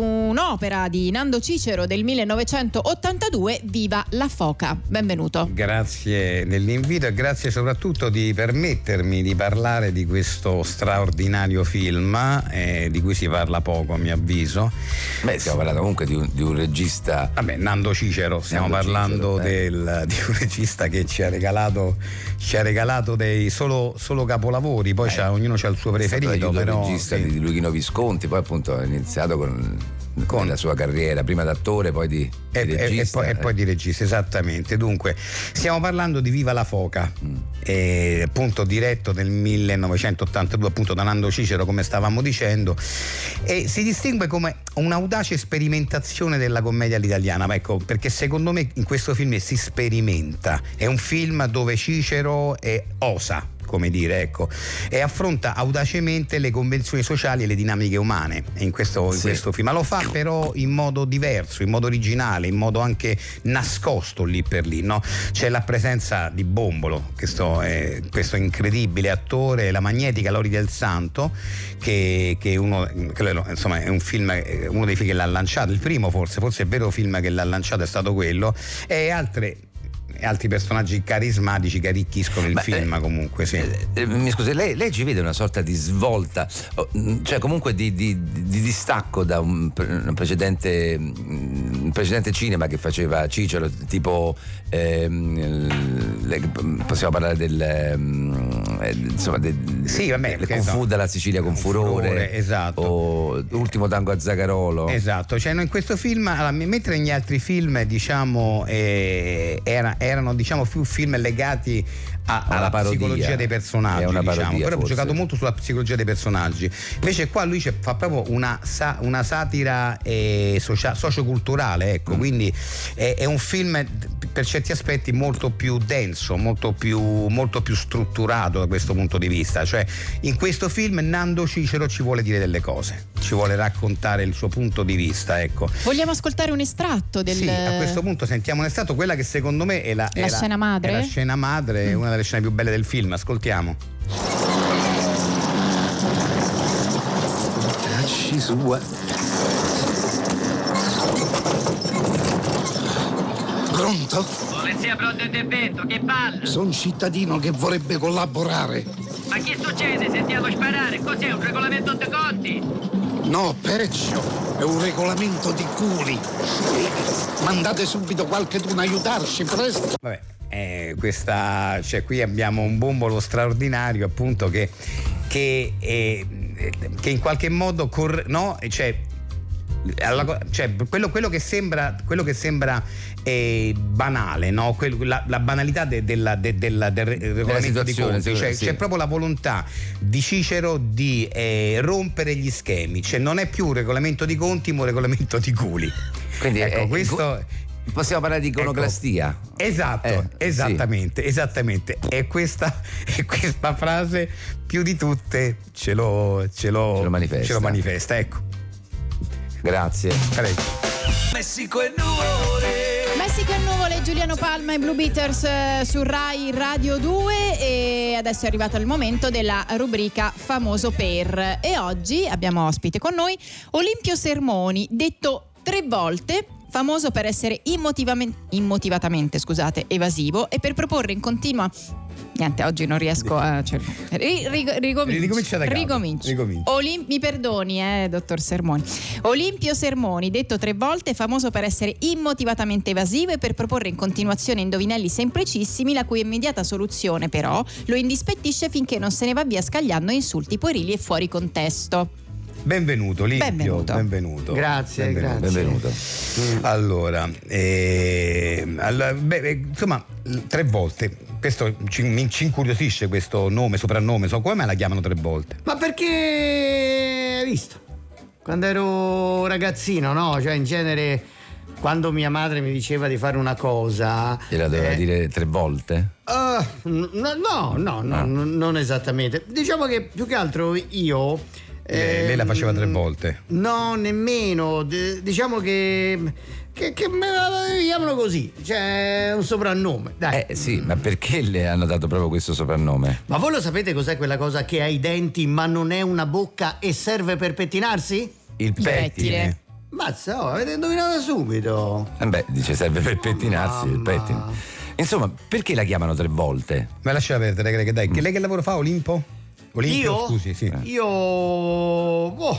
[SPEAKER 2] un'opera di Nando Cicero del millenovecentottantadue, Viva la foca. Benvenuto.
[SPEAKER 3] Grazie dell'invito e grazie soprattutto di permettermi di parlare di questo straordinario film eh, di cui si parla poco, a mio avviso.
[SPEAKER 4] Beh, stiamo parlando comunque di un, di un regista.
[SPEAKER 3] Vabbè, Nando Cicero, stiamo
[SPEAKER 4] Nando
[SPEAKER 3] parlando
[SPEAKER 4] Cicero, eh.
[SPEAKER 3] del, di un regista che ci ha regalato ci ha regalato dei solo, solo capolavori, poi
[SPEAKER 4] Eh,
[SPEAKER 3] c'ha, ognuno ha il suo preferito, però
[SPEAKER 4] il regista
[SPEAKER 3] sì.
[SPEAKER 4] di Luchino Visconti, poi appunto ha iniziato con, con la sua carriera prima d'attore, poi di,
[SPEAKER 3] E,
[SPEAKER 4] di
[SPEAKER 3] e-
[SPEAKER 4] regista.
[SPEAKER 3] e poi, e poi di regista, esattamente. Dunque, stiamo parlando di Viva la foca,
[SPEAKER 4] Mm.
[SPEAKER 3] eh, appunto diretto nel millenovecentottantadue appunto da Nando Cicero, come stavamo dicendo, e si distingue come un'audace sperimentazione della commedia all'italiana, ma ecco, perché secondo me in questo film si sperimenta, è un film dove Cicero è, osa, come dire, ecco, e affronta audacemente le convenzioni sociali e le dinamiche umane in questo, in
[SPEAKER 4] Sì.
[SPEAKER 3] questo film, ma lo fa però in modo diverso, in modo originale, in modo anche nascosto lì per lì, no? C'è la presenza di Bombolo, questo, eh, questo incredibile attore, la magnetica Lori del Santo, che, che uno, che, insomma, è un film, uno dei film che l'ha lanciato, il primo forse, forse il vero film che l'ha lanciato è stato quello, e altre e altri personaggi carismatici che arricchiscono il
[SPEAKER 4] Ma,
[SPEAKER 3] film,
[SPEAKER 4] eh,
[SPEAKER 3] comunque sì.
[SPEAKER 4] Eh, eh, mi scusi, lei, lei ci vede una sorta di svolta, oh, mh, cioè comunque di, di- di distacco da un, pre- un precedente, mh, un precedente cinema che faceva Cicero, tipo ehm, le- possiamo parlare del ehm, eh, insomma del,
[SPEAKER 3] Sì, vabbè,
[SPEAKER 4] del
[SPEAKER 3] che
[SPEAKER 4] Kung
[SPEAKER 3] so.
[SPEAKER 4] Fu dalla Sicilia con furore,
[SPEAKER 3] Furore, esatto.
[SPEAKER 4] o Ultimo tango a Zagarolo.
[SPEAKER 3] Esatto, cioè no, in questo film, allora, mentre negli altri film diciamo eh, era- erano diciamo più film legati a-
[SPEAKER 4] Una
[SPEAKER 3] alla
[SPEAKER 4] parodia.
[SPEAKER 3] psicologia dei personaggi,
[SPEAKER 4] È una
[SPEAKER 3] diciamo,
[SPEAKER 4] parodia,
[SPEAKER 3] però ha
[SPEAKER 4] forse.
[SPEAKER 3] giocato molto sulla psicologia dei personaggi. Invece qua lui c'è- fa proprio una, sa- una satira eh, socia- socioculturale, ecco,
[SPEAKER 4] Mm.
[SPEAKER 3] quindi è, è un film per certi aspetti molto più denso, molto più, molto più strutturato da questo punto di vista. Cioè in questo film Nando Cicero ci vuole dire delle cose, ci vuole raccontare il suo punto di vista, ecco.
[SPEAKER 2] Vogliamo ascoltare un estratto del...
[SPEAKER 3] Sì, a questo punto sentiamo un estratto, quella che secondo me è la, è
[SPEAKER 2] La scena madre?
[SPEAKER 3] è la scena madre, una delle scene più belle del film. Ascoltiamo.
[SPEAKER 6] Tacci sua. Pronto?
[SPEAKER 7] Polizia pronto intervento, che palle?
[SPEAKER 6] Sono un cittadino che vorrebbe collaborare.
[SPEAKER 7] Ma che succede? Sentiamo sparare, cos'è un regolamento di conti?
[SPEAKER 6] No, peggio, è un regolamento di culi. E mandate subito qualcheduno a aiutarci, presto.
[SPEAKER 3] Vabbè, eh, questa, cioè qui abbiamo un bombolo straordinario, appunto, che, che, eh, che in qualche modo corre, no? Cioè, alla- cioè, quello, quello che sembra quello che sembra eh, banale, no? Quel- la, la banalità de- della- de- della- del re- regolamento di
[SPEAKER 4] situazione,
[SPEAKER 3] conti,
[SPEAKER 4] sì,
[SPEAKER 3] cioè,
[SPEAKER 4] sì.
[SPEAKER 3] c'è proprio la volontà di Cicero di eh, rompere gli schemi, cioè non è più un regolamento di conti ma un regolamento di culi.
[SPEAKER 4] Quindi
[SPEAKER 3] ecco,
[SPEAKER 4] è-
[SPEAKER 3] questo
[SPEAKER 4] possiamo parlare di iconoclastia.
[SPEAKER 3] Esatto,
[SPEAKER 4] Eh,
[SPEAKER 3] esattamente, esattamente. E questa, e questa frase più di tutte ce lo, ce lo,
[SPEAKER 4] Ce lo manifesta.
[SPEAKER 3] ce lo manifesta, ecco.
[SPEAKER 4] Grazie.
[SPEAKER 3] Prego.
[SPEAKER 7] Messico e nuvole.
[SPEAKER 2] Messico e nuvole, Giuliano Palma e Blue Beaters eh, su Rai Radio due, e adesso è arrivato il momento della rubrica Famoso per, e oggi abbiamo ospite con noi Olimpio Sermoni, detto tre volte famoso per essere immotivamente, immotivatamente scusate, evasivo e per proporre in continua... Niente, oggi non riesco a... Cioè, ri- ri- ricomincio.
[SPEAKER 3] Ricomincia da capo.
[SPEAKER 2] Ricomincio.
[SPEAKER 3] Ricomincia.
[SPEAKER 2] Olim- mi perdoni, eh, dottor Sermoni. Olimpio Sermoni, detto tre volte, famoso per essere immotivatamente evasivo e per proporre in continuazione indovinelli semplicissimi, la cui immediata soluzione, però, lo indispettisce finché non se ne va via scagliando insulti puerili e fuori contesto.
[SPEAKER 3] Benvenuto Limpio,
[SPEAKER 2] Benvenuto.
[SPEAKER 5] Grazie,
[SPEAKER 3] benvenuto.
[SPEAKER 5] grazie.
[SPEAKER 4] Benvenuto.
[SPEAKER 3] Allora, eh, allora, beh, eh, insomma, l- tre volte. Questo ci, mi, ci incuriosisce questo nome, soprannome. So, come mai la chiamano tre volte?
[SPEAKER 5] Ma perché, hai visto? Quando ero ragazzino, no? Cioè, in genere, quando mia madre mi diceva di fare una cosa...
[SPEAKER 4] Gliela doveva
[SPEAKER 5] eh,
[SPEAKER 4] dire tre volte?
[SPEAKER 5] ah, n- no, no, no, no,
[SPEAKER 4] Ah.
[SPEAKER 5] n- non esattamente. Diciamo che più che altro io...
[SPEAKER 3] Lei- lei la faceva tre volte?
[SPEAKER 5] No, nemmeno. D- diciamo che... Che, che me la chiamano così, cioè un soprannome. Dai.
[SPEAKER 4] Eh sì, ma perché le hanno dato proprio questo soprannome?
[SPEAKER 5] Ma voi lo sapete cos'è quella cosa che ha i denti ma non è una bocca e serve per pettinarsi?
[SPEAKER 4] Il
[SPEAKER 2] Il pettine.
[SPEAKER 5] Mazza, oh, avete indovinato subito.
[SPEAKER 4] Eh beh, dice serve per pettinarsi il pettine. Insomma, perché la chiamano tre volte?
[SPEAKER 3] Ma lascia perdere, Greg, dai.
[SPEAKER 4] Mm.
[SPEAKER 3] Che lei che lavoro fa, Olimpo? Olimpio,
[SPEAKER 5] Io?
[SPEAKER 3] scusi, sì.
[SPEAKER 5] Io oh,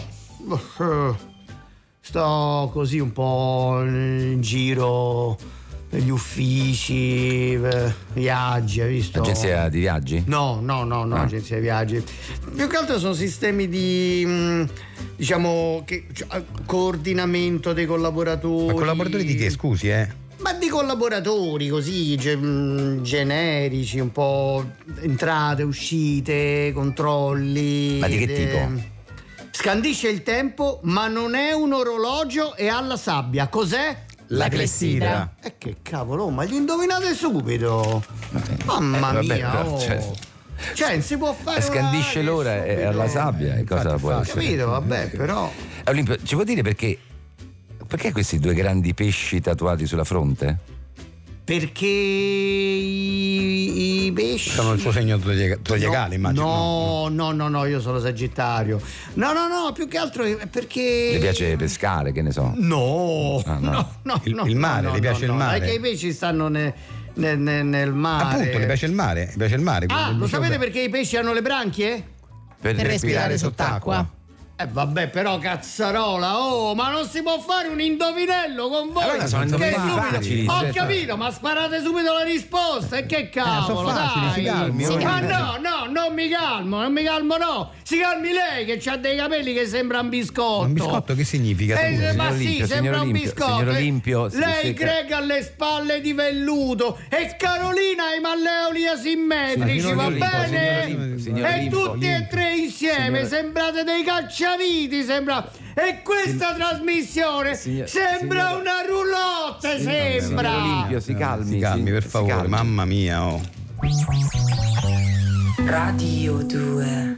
[SPEAKER 5] sto così un po' in giro negli uffici, eh, viaggi, hai visto?
[SPEAKER 4] Agenzia di viaggi?
[SPEAKER 5] No, no, no, no,
[SPEAKER 4] Ah.
[SPEAKER 5] agenzia di viaggi. Più che altro sono sistemi di mh, diciamo che cioè, coordinamento dei collaboratori.
[SPEAKER 3] Ma collaboratori di che, scusi, eh?
[SPEAKER 5] Ma di collaboratori così ge- mh, generici, un po' entrate, uscite, controlli.
[SPEAKER 4] Ma di che
[SPEAKER 5] de-
[SPEAKER 4] tipo?
[SPEAKER 5] Scandisce il tempo, ma non è un orologio e ha la sabbia. Cos'è?
[SPEAKER 2] La clessidra.
[SPEAKER 5] E che cavolo, ma gli indovinate subito. Mamma
[SPEAKER 4] Eh, vabbè,
[SPEAKER 5] mia,
[SPEAKER 4] però,
[SPEAKER 5] oh.
[SPEAKER 4] cioè-
[SPEAKER 5] Cioè, non si può fare.
[SPEAKER 4] Scandisce
[SPEAKER 5] una-
[SPEAKER 4] l'ora e
[SPEAKER 5] subito.
[SPEAKER 4] alla sabbia e cosa
[SPEAKER 3] Infatti,
[SPEAKER 4] può
[SPEAKER 3] infatti.
[SPEAKER 4] essere?
[SPEAKER 5] Capito, vabbè, però.
[SPEAKER 4] Eh, Olimpio, ci può dire perché perché questi due grandi pesci tatuati sulla fronte?
[SPEAKER 5] Perché i, i pesci
[SPEAKER 3] Sono il suo segno zodiaca- zodiacale, immagino.
[SPEAKER 5] No, no, no, no, io sono Sagittario. No, no, no, più che altro è perché.
[SPEAKER 4] Le piace pescare, che ne so?
[SPEAKER 5] No,
[SPEAKER 4] Ah, no.
[SPEAKER 5] no, no,
[SPEAKER 3] Il-
[SPEAKER 5] no,
[SPEAKER 3] il mare,
[SPEAKER 5] no,
[SPEAKER 3] le
[SPEAKER 5] no,
[SPEAKER 3] piace
[SPEAKER 5] no,
[SPEAKER 3] il mare?
[SPEAKER 5] Perché i pesci stanno ne- ne- ne- nel mare.
[SPEAKER 3] Appunto, le piace il mare, le piace il mare.
[SPEAKER 5] Ah,
[SPEAKER 3] quindi
[SPEAKER 5] lo
[SPEAKER 3] dicevo
[SPEAKER 5] sapete
[SPEAKER 3] che-
[SPEAKER 5] perché i pesci hanno le branchie?
[SPEAKER 2] Per respirare sott'acqua.
[SPEAKER 5] Eh vabbè, però cazzarola, oh, ma non si può fare un indovinello con voi.
[SPEAKER 4] Allora sono
[SPEAKER 5] che
[SPEAKER 4] indovinelli
[SPEAKER 5] subito.
[SPEAKER 4] facili,
[SPEAKER 5] Ho
[SPEAKER 4] cioè,
[SPEAKER 5] capito, ma sparate subito la risposta. E che cavolo,
[SPEAKER 3] sono facili,
[SPEAKER 5] dai.
[SPEAKER 3] si calmi,
[SPEAKER 2] Si
[SPEAKER 5] ma
[SPEAKER 2] calmi.
[SPEAKER 5] no, no, non mi calmo, non mi calmo, no. Si calmi lei che ha dei capelli che sembra un biscotto.
[SPEAKER 3] Un biscotto che significa?
[SPEAKER 5] Eh,
[SPEAKER 3] scusi?
[SPEAKER 5] ma
[SPEAKER 4] Signor
[SPEAKER 5] sì,
[SPEAKER 4] Olimpio,
[SPEAKER 5] sembra
[SPEAKER 4] signor
[SPEAKER 5] un
[SPEAKER 4] Olimpio,
[SPEAKER 5] biscotto.
[SPEAKER 4] signor
[SPEAKER 5] eh.
[SPEAKER 4] Olimpio, si-
[SPEAKER 5] Lei
[SPEAKER 4] si-
[SPEAKER 5] Greg ha le spalle di velluto e Carolina ha i malleoli asimmetrici,
[SPEAKER 4] Signor
[SPEAKER 5] va
[SPEAKER 4] Olimpio,
[SPEAKER 5] bene?
[SPEAKER 4] signor Olimpio, signor
[SPEAKER 5] E
[SPEAKER 4] Olimpio,
[SPEAKER 5] tutti e tre insieme
[SPEAKER 4] Signor-
[SPEAKER 5] sembrate dei cacciaviti, sembra. E questa trasmissione
[SPEAKER 4] Signor-
[SPEAKER 5] sembra
[SPEAKER 4] signor-
[SPEAKER 5] una roulotte,
[SPEAKER 4] Signor
[SPEAKER 5] sembra.
[SPEAKER 4] Olimpio, si calmi,
[SPEAKER 3] Si calmi, per
[SPEAKER 4] si
[SPEAKER 3] favore,
[SPEAKER 4] calmi.
[SPEAKER 3] mamma mia, oh.
[SPEAKER 1] Radio due.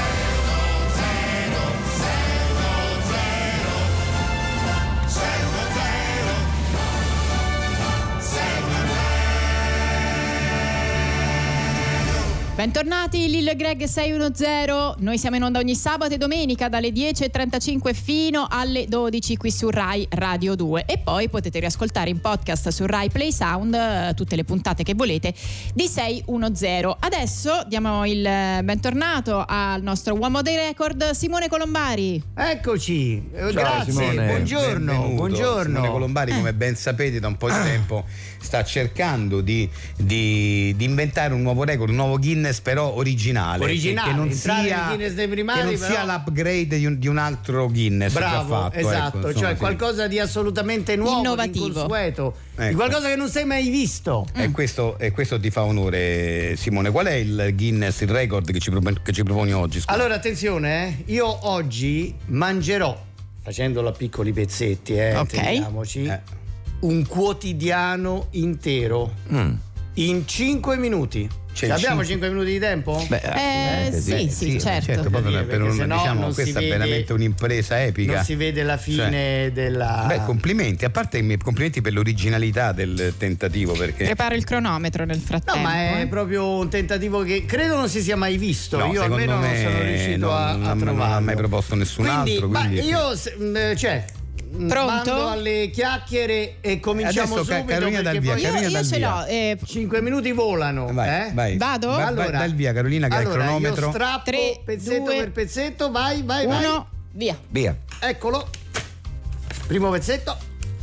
[SPEAKER 2] Bentornati, Lil Greg sei uno zero. Noi siamo in onda ogni sabato e domenica dalle dieci e trentacinque fino alle dodici qui su Rai Radio due. E poi potete riascoltare in podcast su Rai Play Sound eh, tutte le puntate che volete di sei uno zero. Adesso diamo il eh, bentornato al nostro uomo dei record, Simone Colombari.
[SPEAKER 5] Eccoci, eh, grazie,
[SPEAKER 4] Simone.
[SPEAKER 5] buongiorno,
[SPEAKER 3] Benvenuto.
[SPEAKER 5] buongiorno.
[SPEAKER 3] Simone Colombari, come ben sapete, da un po' di tempo sta cercando di, di, di inventare un nuovo record, un nuovo Guinness, però originale.
[SPEAKER 5] Originale,
[SPEAKER 3] che non
[SPEAKER 5] entrare
[SPEAKER 3] sia,
[SPEAKER 5] nel Guinness dei primati,
[SPEAKER 3] che non
[SPEAKER 5] però-
[SPEAKER 3] sia l'upgrade di un, di un altro Guinness
[SPEAKER 5] Bravo,
[SPEAKER 3] già fatto.
[SPEAKER 5] esatto,
[SPEAKER 3] ecco, insomma,
[SPEAKER 5] cioè
[SPEAKER 3] sì.
[SPEAKER 5] qualcosa di assolutamente nuovo,
[SPEAKER 2] Innovativo.
[SPEAKER 5] di inconsueto, di
[SPEAKER 3] Ecco.
[SPEAKER 5] qualcosa che non sei mai visto.
[SPEAKER 3] E questo, e questo ti fa onore, Simone. Qual è il Guinness, il record che ci, proponi, che ci proponi oggi? Scusa.
[SPEAKER 5] Allora, attenzione, eh, io oggi mangerò, facendolo a piccoli pezzetti, eh,
[SPEAKER 2] Ok.
[SPEAKER 5] intendiamoci,
[SPEAKER 3] Eh.
[SPEAKER 5] un quotidiano intero
[SPEAKER 4] Mm.
[SPEAKER 5] in cinque minuti.
[SPEAKER 3] Cioè,
[SPEAKER 5] Cioè, abbiamo
[SPEAKER 3] cinque-
[SPEAKER 5] cinque minuti di tempo?
[SPEAKER 4] Beh,
[SPEAKER 2] Eh,
[SPEAKER 4] eh,
[SPEAKER 2] sì, sì, certo.
[SPEAKER 3] proprio
[SPEAKER 5] Perché
[SPEAKER 3] per un,
[SPEAKER 5] sennò
[SPEAKER 3] diciamo,
[SPEAKER 5] non si
[SPEAKER 3] questa è
[SPEAKER 5] vede-
[SPEAKER 3] veramente un'impresa epica.
[SPEAKER 5] Non si vede la fine della.
[SPEAKER 3] Beh, complimenti, a parte i miei complimenti per l'originalità del tentativo, perché
[SPEAKER 2] Preparo il cronometro nel frattempo.
[SPEAKER 5] No, ma è
[SPEAKER 2] eh.
[SPEAKER 5] proprio un tentativo che credo non si sia mai visto.
[SPEAKER 3] no,
[SPEAKER 5] io
[SPEAKER 3] secondo
[SPEAKER 5] almeno
[SPEAKER 3] me
[SPEAKER 5] non sono riuscito
[SPEAKER 3] non,
[SPEAKER 5] a, a
[SPEAKER 3] non, non
[SPEAKER 5] trovarlo.
[SPEAKER 3] l'ha mai proposto nessun
[SPEAKER 5] quindi,
[SPEAKER 3] altro.
[SPEAKER 5] ma
[SPEAKER 3] Quindi,
[SPEAKER 5] io se- mh, cioè mh,
[SPEAKER 2] Pronto?
[SPEAKER 5] bando alle chiacchiere e cominciamo
[SPEAKER 3] Adesso, Ca-
[SPEAKER 5] subito
[SPEAKER 3] Carolina,
[SPEAKER 5] perché
[SPEAKER 3] dal via,
[SPEAKER 5] poi
[SPEAKER 2] Io,
[SPEAKER 3] Carolina,
[SPEAKER 2] io
[SPEAKER 3] dal
[SPEAKER 2] ce
[SPEAKER 3] via.
[SPEAKER 2] l'ho. eh,
[SPEAKER 5] cinque minuti volano.
[SPEAKER 3] vai,
[SPEAKER 5] eh?
[SPEAKER 3] vai.
[SPEAKER 2] Vado?
[SPEAKER 3] Vai,
[SPEAKER 5] Allora,
[SPEAKER 3] vai, dal via, Carolina, che
[SPEAKER 5] allora,
[SPEAKER 3] ha il cronometro.
[SPEAKER 5] io strappo
[SPEAKER 2] Tre,
[SPEAKER 5] pezzetto
[SPEAKER 2] due,
[SPEAKER 5] per pezzetto, vai, vai, vai.
[SPEAKER 2] uno, via.
[SPEAKER 4] via.
[SPEAKER 5] Eccolo. Primo pezzetto.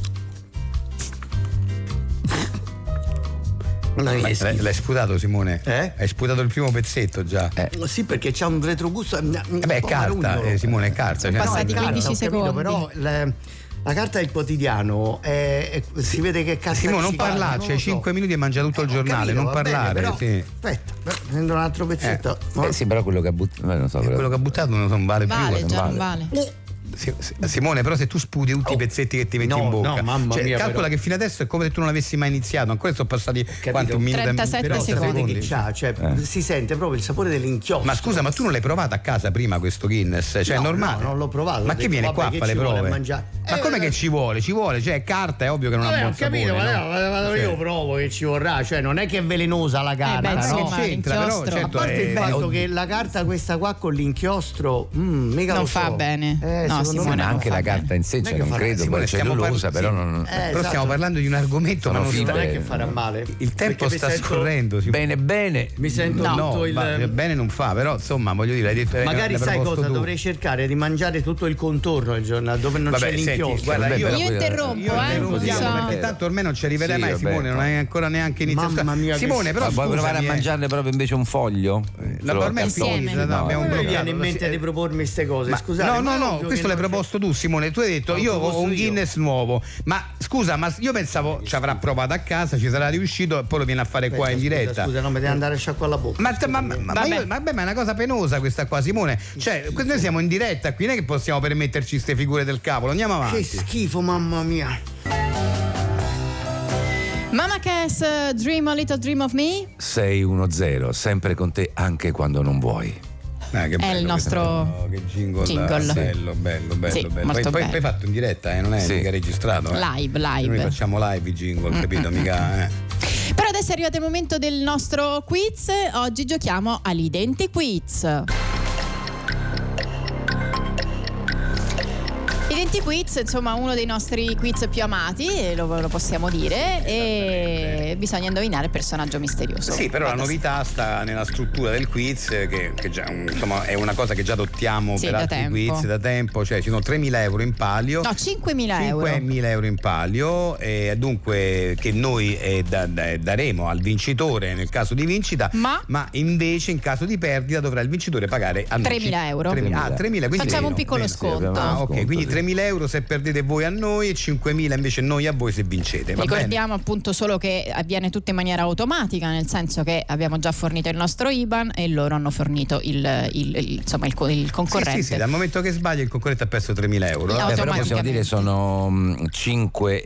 [SPEAKER 5] No,
[SPEAKER 3] Ma
[SPEAKER 5] è
[SPEAKER 3] l'hai, l'hai sputato, Simone?
[SPEAKER 5] Eh?
[SPEAKER 3] Hai sputato il primo pezzetto già. Eh,
[SPEAKER 5] Sì, perché c'ha un retrogusto. Eh
[SPEAKER 3] beh, è carta, eh, Simone, è carta. Cioè,
[SPEAKER 2] Passati
[SPEAKER 3] no,
[SPEAKER 2] quindici
[SPEAKER 5] ho capito,
[SPEAKER 2] secondi.
[SPEAKER 5] però la, la carta del quotidiano è, è- si vede che è carta.
[SPEAKER 3] Simone, non
[SPEAKER 5] riciclata,
[SPEAKER 3] parlarci,
[SPEAKER 5] lo
[SPEAKER 3] hai
[SPEAKER 5] so.
[SPEAKER 3] cinque minuti e mangia tutto il
[SPEAKER 5] Eh, ho
[SPEAKER 3] giornale,
[SPEAKER 5] capito,
[SPEAKER 3] non
[SPEAKER 5] va bene,
[SPEAKER 3] parlare.
[SPEAKER 5] però-
[SPEAKER 3] sì.
[SPEAKER 5] Aspetta, però, prendo un altro pezzetto.
[SPEAKER 4] Eh sì, però quello che ha buttato, non so, però.
[SPEAKER 3] Quello che ha buttato non non vale,
[SPEAKER 2] Vale,
[SPEAKER 3] più.
[SPEAKER 2] già
[SPEAKER 3] non
[SPEAKER 2] non
[SPEAKER 3] vale.
[SPEAKER 2] vale.
[SPEAKER 3] Si- si- Simone, però se tu sputi tutti
[SPEAKER 5] Oh.
[SPEAKER 3] i pezzetti che ti metti
[SPEAKER 5] No,
[SPEAKER 3] in bocca,
[SPEAKER 5] no, mamma
[SPEAKER 3] cioè,
[SPEAKER 5] mia,
[SPEAKER 3] calcola
[SPEAKER 5] però.
[SPEAKER 3] che fino adesso è come se tu non avessi mai iniziato. Ancora sono passati quanti un minuto e-
[SPEAKER 2] trentasette
[SPEAKER 5] Però
[SPEAKER 3] trenta
[SPEAKER 2] secondi.
[SPEAKER 5] sapete che c'ha, cioè,
[SPEAKER 3] Eh.
[SPEAKER 5] si sente proprio il sapore dell'inchiostro.
[SPEAKER 3] Ma scusa, ma tu non l'hai provato a casa prima questo Guinness? Cioè,
[SPEAKER 5] No,
[SPEAKER 3] è normale?
[SPEAKER 5] no, non l'ho provato.
[SPEAKER 3] Ma
[SPEAKER 5] Ho
[SPEAKER 3] che
[SPEAKER 5] detto,
[SPEAKER 3] viene
[SPEAKER 5] vabbè,
[SPEAKER 3] qua a
[SPEAKER 5] che
[SPEAKER 3] fare
[SPEAKER 5] ci
[SPEAKER 3] le
[SPEAKER 5] vuole
[SPEAKER 3] prove?
[SPEAKER 5] mangiare?
[SPEAKER 3] Ma
[SPEAKER 5] Eh,
[SPEAKER 3] come
[SPEAKER 5] eh,
[SPEAKER 3] che ci vuole? Ci vuole, cioè carta, è ovvio che non ha
[SPEAKER 5] Vabbè,
[SPEAKER 3] buon
[SPEAKER 5] ho capito,
[SPEAKER 3] sapore,
[SPEAKER 5] ma
[SPEAKER 3] no?
[SPEAKER 5] no, ma- ma
[SPEAKER 3] Cioè,
[SPEAKER 5] io provo che ci vorrà, cioè non è che è velenosa la carta,
[SPEAKER 2] beh,
[SPEAKER 5] no?
[SPEAKER 2] insomma,
[SPEAKER 3] che c'entra, però
[SPEAKER 2] l'inchiostro.
[SPEAKER 5] A
[SPEAKER 3] certo
[SPEAKER 5] parte il
[SPEAKER 3] è-
[SPEAKER 5] fatto
[SPEAKER 3] eh,
[SPEAKER 5] che la carta questa qua con l'inchiostro mm, mica
[SPEAKER 2] Non
[SPEAKER 5] lo so.
[SPEAKER 2] fa bene.
[SPEAKER 5] Eh,
[SPEAKER 2] No,
[SPEAKER 5] secondo
[SPEAKER 2] Simone,
[SPEAKER 5] me
[SPEAKER 4] Ma
[SPEAKER 2] non
[SPEAKER 4] anche
[SPEAKER 2] fa
[SPEAKER 4] la
[SPEAKER 2] bene.
[SPEAKER 4] carta in sé,
[SPEAKER 5] Non è
[SPEAKER 4] cioè,
[SPEAKER 5] che
[SPEAKER 4] non
[SPEAKER 5] farà-
[SPEAKER 4] credo,
[SPEAKER 3] Simone,
[SPEAKER 4] poi c'è
[SPEAKER 3] stiamo
[SPEAKER 4] cellulosa,
[SPEAKER 3] par-
[SPEAKER 4] però
[SPEAKER 3] sì.
[SPEAKER 4] non...
[SPEAKER 5] Eh,
[SPEAKER 3] però
[SPEAKER 5] esatto.
[SPEAKER 3] stiamo parlando di un argomento,
[SPEAKER 4] Sono
[SPEAKER 3] ma non
[SPEAKER 4] fibre.
[SPEAKER 5] Non
[SPEAKER 3] sta-
[SPEAKER 5] è che farà male.
[SPEAKER 3] il tempo
[SPEAKER 5] Perché mi
[SPEAKER 3] sta
[SPEAKER 5] sento-
[SPEAKER 3] scorrendo. Simone.
[SPEAKER 4] Bene, bene.
[SPEAKER 5] Mi sento
[SPEAKER 2] No.
[SPEAKER 5] tutto
[SPEAKER 3] No,
[SPEAKER 5] il
[SPEAKER 3] ma bene non fa, però insomma voglio dire, hai detto, hai-
[SPEAKER 5] Magari
[SPEAKER 3] l'hai
[SPEAKER 5] sai
[SPEAKER 3] proposto
[SPEAKER 5] cosa?
[SPEAKER 3] tu.
[SPEAKER 5] Dovrei cercare di mangiare tutto il contorno il giorno dove non
[SPEAKER 3] Vabbè,
[SPEAKER 5] c'è
[SPEAKER 3] senti,
[SPEAKER 5] l'inchiostro.
[SPEAKER 3] guarda,
[SPEAKER 4] Vabbè,
[SPEAKER 3] io-
[SPEAKER 4] però
[SPEAKER 2] Io
[SPEAKER 4] quella-
[SPEAKER 2] interrompo,
[SPEAKER 3] Io
[SPEAKER 2] eh.
[SPEAKER 3] interrompiamo
[SPEAKER 2] So-
[SPEAKER 3] perché tanto ormai non ci arriverai
[SPEAKER 4] Sì,
[SPEAKER 3] mai,
[SPEAKER 4] vabbè,
[SPEAKER 3] Simone, non hai ancora neanche iniziato.
[SPEAKER 5] Mamma mia, che
[SPEAKER 3] Simone, però
[SPEAKER 4] Ma vuoi provare a
[SPEAKER 3] scusami, eh.
[SPEAKER 4] mangiarne proprio invece un foglio?
[SPEAKER 3] La ormai
[SPEAKER 2] Insieme.
[SPEAKER 3] finita, no,
[SPEAKER 4] No,
[SPEAKER 3] abbiamo
[SPEAKER 5] Come mi
[SPEAKER 3] bloccato.
[SPEAKER 5] viene in mente di propormi queste cose?
[SPEAKER 3] Ma-
[SPEAKER 5] Scusate,
[SPEAKER 3] no,
[SPEAKER 5] ma
[SPEAKER 3] no, no,
[SPEAKER 5] ovvio
[SPEAKER 3] questo
[SPEAKER 5] che
[SPEAKER 3] l'hai
[SPEAKER 5] non
[SPEAKER 3] proposto tu, Simone. Tu hai detto
[SPEAKER 5] L'ho
[SPEAKER 3] io ho
[SPEAKER 5] proposto
[SPEAKER 3] un
[SPEAKER 5] io.
[SPEAKER 3] Guinness nuovo. Ma scusa, ma io pensavo ci avrà provato a casa, ci sarà riuscito e poi lo viene a fare
[SPEAKER 5] Aspetta,
[SPEAKER 3] qua in
[SPEAKER 5] scusa,
[SPEAKER 3] diretta.
[SPEAKER 5] Scusa, no, mi devi andare a sciacquare la bocca.
[SPEAKER 3] Ma, ma, ma, ma, io, ma, beh, ma è una cosa penosa questa qua, Simone. Cioè, noi siamo in diretta qui, non è che possiamo permetterci queste figure del cavolo. Andiamo
[SPEAKER 5] Che
[SPEAKER 3] avanti.
[SPEAKER 5] schifo, mamma mia.
[SPEAKER 2] Mama Cass, Dream a Little Dream of Me.
[SPEAKER 4] sei uno zero, sempre con te anche quando non vuoi.
[SPEAKER 3] Ah, che
[SPEAKER 2] È
[SPEAKER 3] bello
[SPEAKER 2] il nostro
[SPEAKER 3] che, che jingle,
[SPEAKER 2] jingle.
[SPEAKER 3] bello, bello, bello,
[SPEAKER 2] Sì,
[SPEAKER 3] bello.
[SPEAKER 2] molto
[SPEAKER 3] Poi, poi,
[SPEAKER 2] bello.
[SPEAKER 3] poi fatto in diretta, eh, non è
[SPEAKER 4] Sì.
[SPEAKER 3] mica registrato. eh.
[SPEAKER 2] Live, live.
[SPEAKER 3] Noi facciamo live i jingle, capito? Mica, eh.
[SPEAKER 2] Però adesso è arrivato il momento del nostro quiz. Oggi giochiamo all'Identi-Quiz. Identi-Quiz, insomma, uno dei nostri quiz più amati, lo, lo possiamo dire, e bisogna indovinare il personaggio misterioso.
[SPEAKER 3] Sì, però la
[SPEAKER 2] Guarda,
[SPEAKER 3] novità sta nella struttura del quiz, che, che già, insomma, è una cosa che già adottiamo
[SPEAKER 2] Sì,
[SPEAKER 3] per
[SPEAKER 2] da
[SPEAKER 3] altri
[SPEAKER 2] tempo.
[SPEAKER 3] quiz da tempo, cioè ci sono tremila euro in palio.
[SPEAKER 2] No, cinquemila euro.
[SPEAKER 3] cinquemila euro in palio, e dunque che noi eh, da- da- daremo al vincitore nel caso di vincita,
[SPEAKER 2] Ma?
[SPEAKER 3] invece in caso di perdita dovrà il vincitore pagare a noi
[SPEAKER 2] tremila euro.
[SPEAKER 3] tremila. Ah, tremila, quindi
[SPEAKER 2] Facciamo
[SPEAKER 3] meno,
[SPEAKER 2] un piccolo
[SPEAKER 3] meno.
[SPEAKER 2] sconto.
[SPEAKER 3] Ah, ok,
[SPEAKER 4] Sconto,
[SPEAKER 3] quindi
[SPEAKER 4] sì.
[SPEAKER 3] tremila euro se perdete voi a noi e cinquemila invece noi a voi se vincete. Va bene?
[SPEAKER 2] Ricordiamo appunto solo che avviene tutto in maniera automatica, nel senso che abbiamo già fornito il nostro I B A N e loro hanno fornito il, il- il- insomma, il, co- il concorrente.
[SPEAKER 3] Sì, sì, sì, dal momento che sbaglia il concorrente ha perso tremila euro.
[SPEAKER 2] No,
[SPEAKER 3] Eh,
[SPEAKER 4] Beh, però possiamo
[SPEAKER 2] automaticamente.
[SPEAKER 4] dire sono cinque,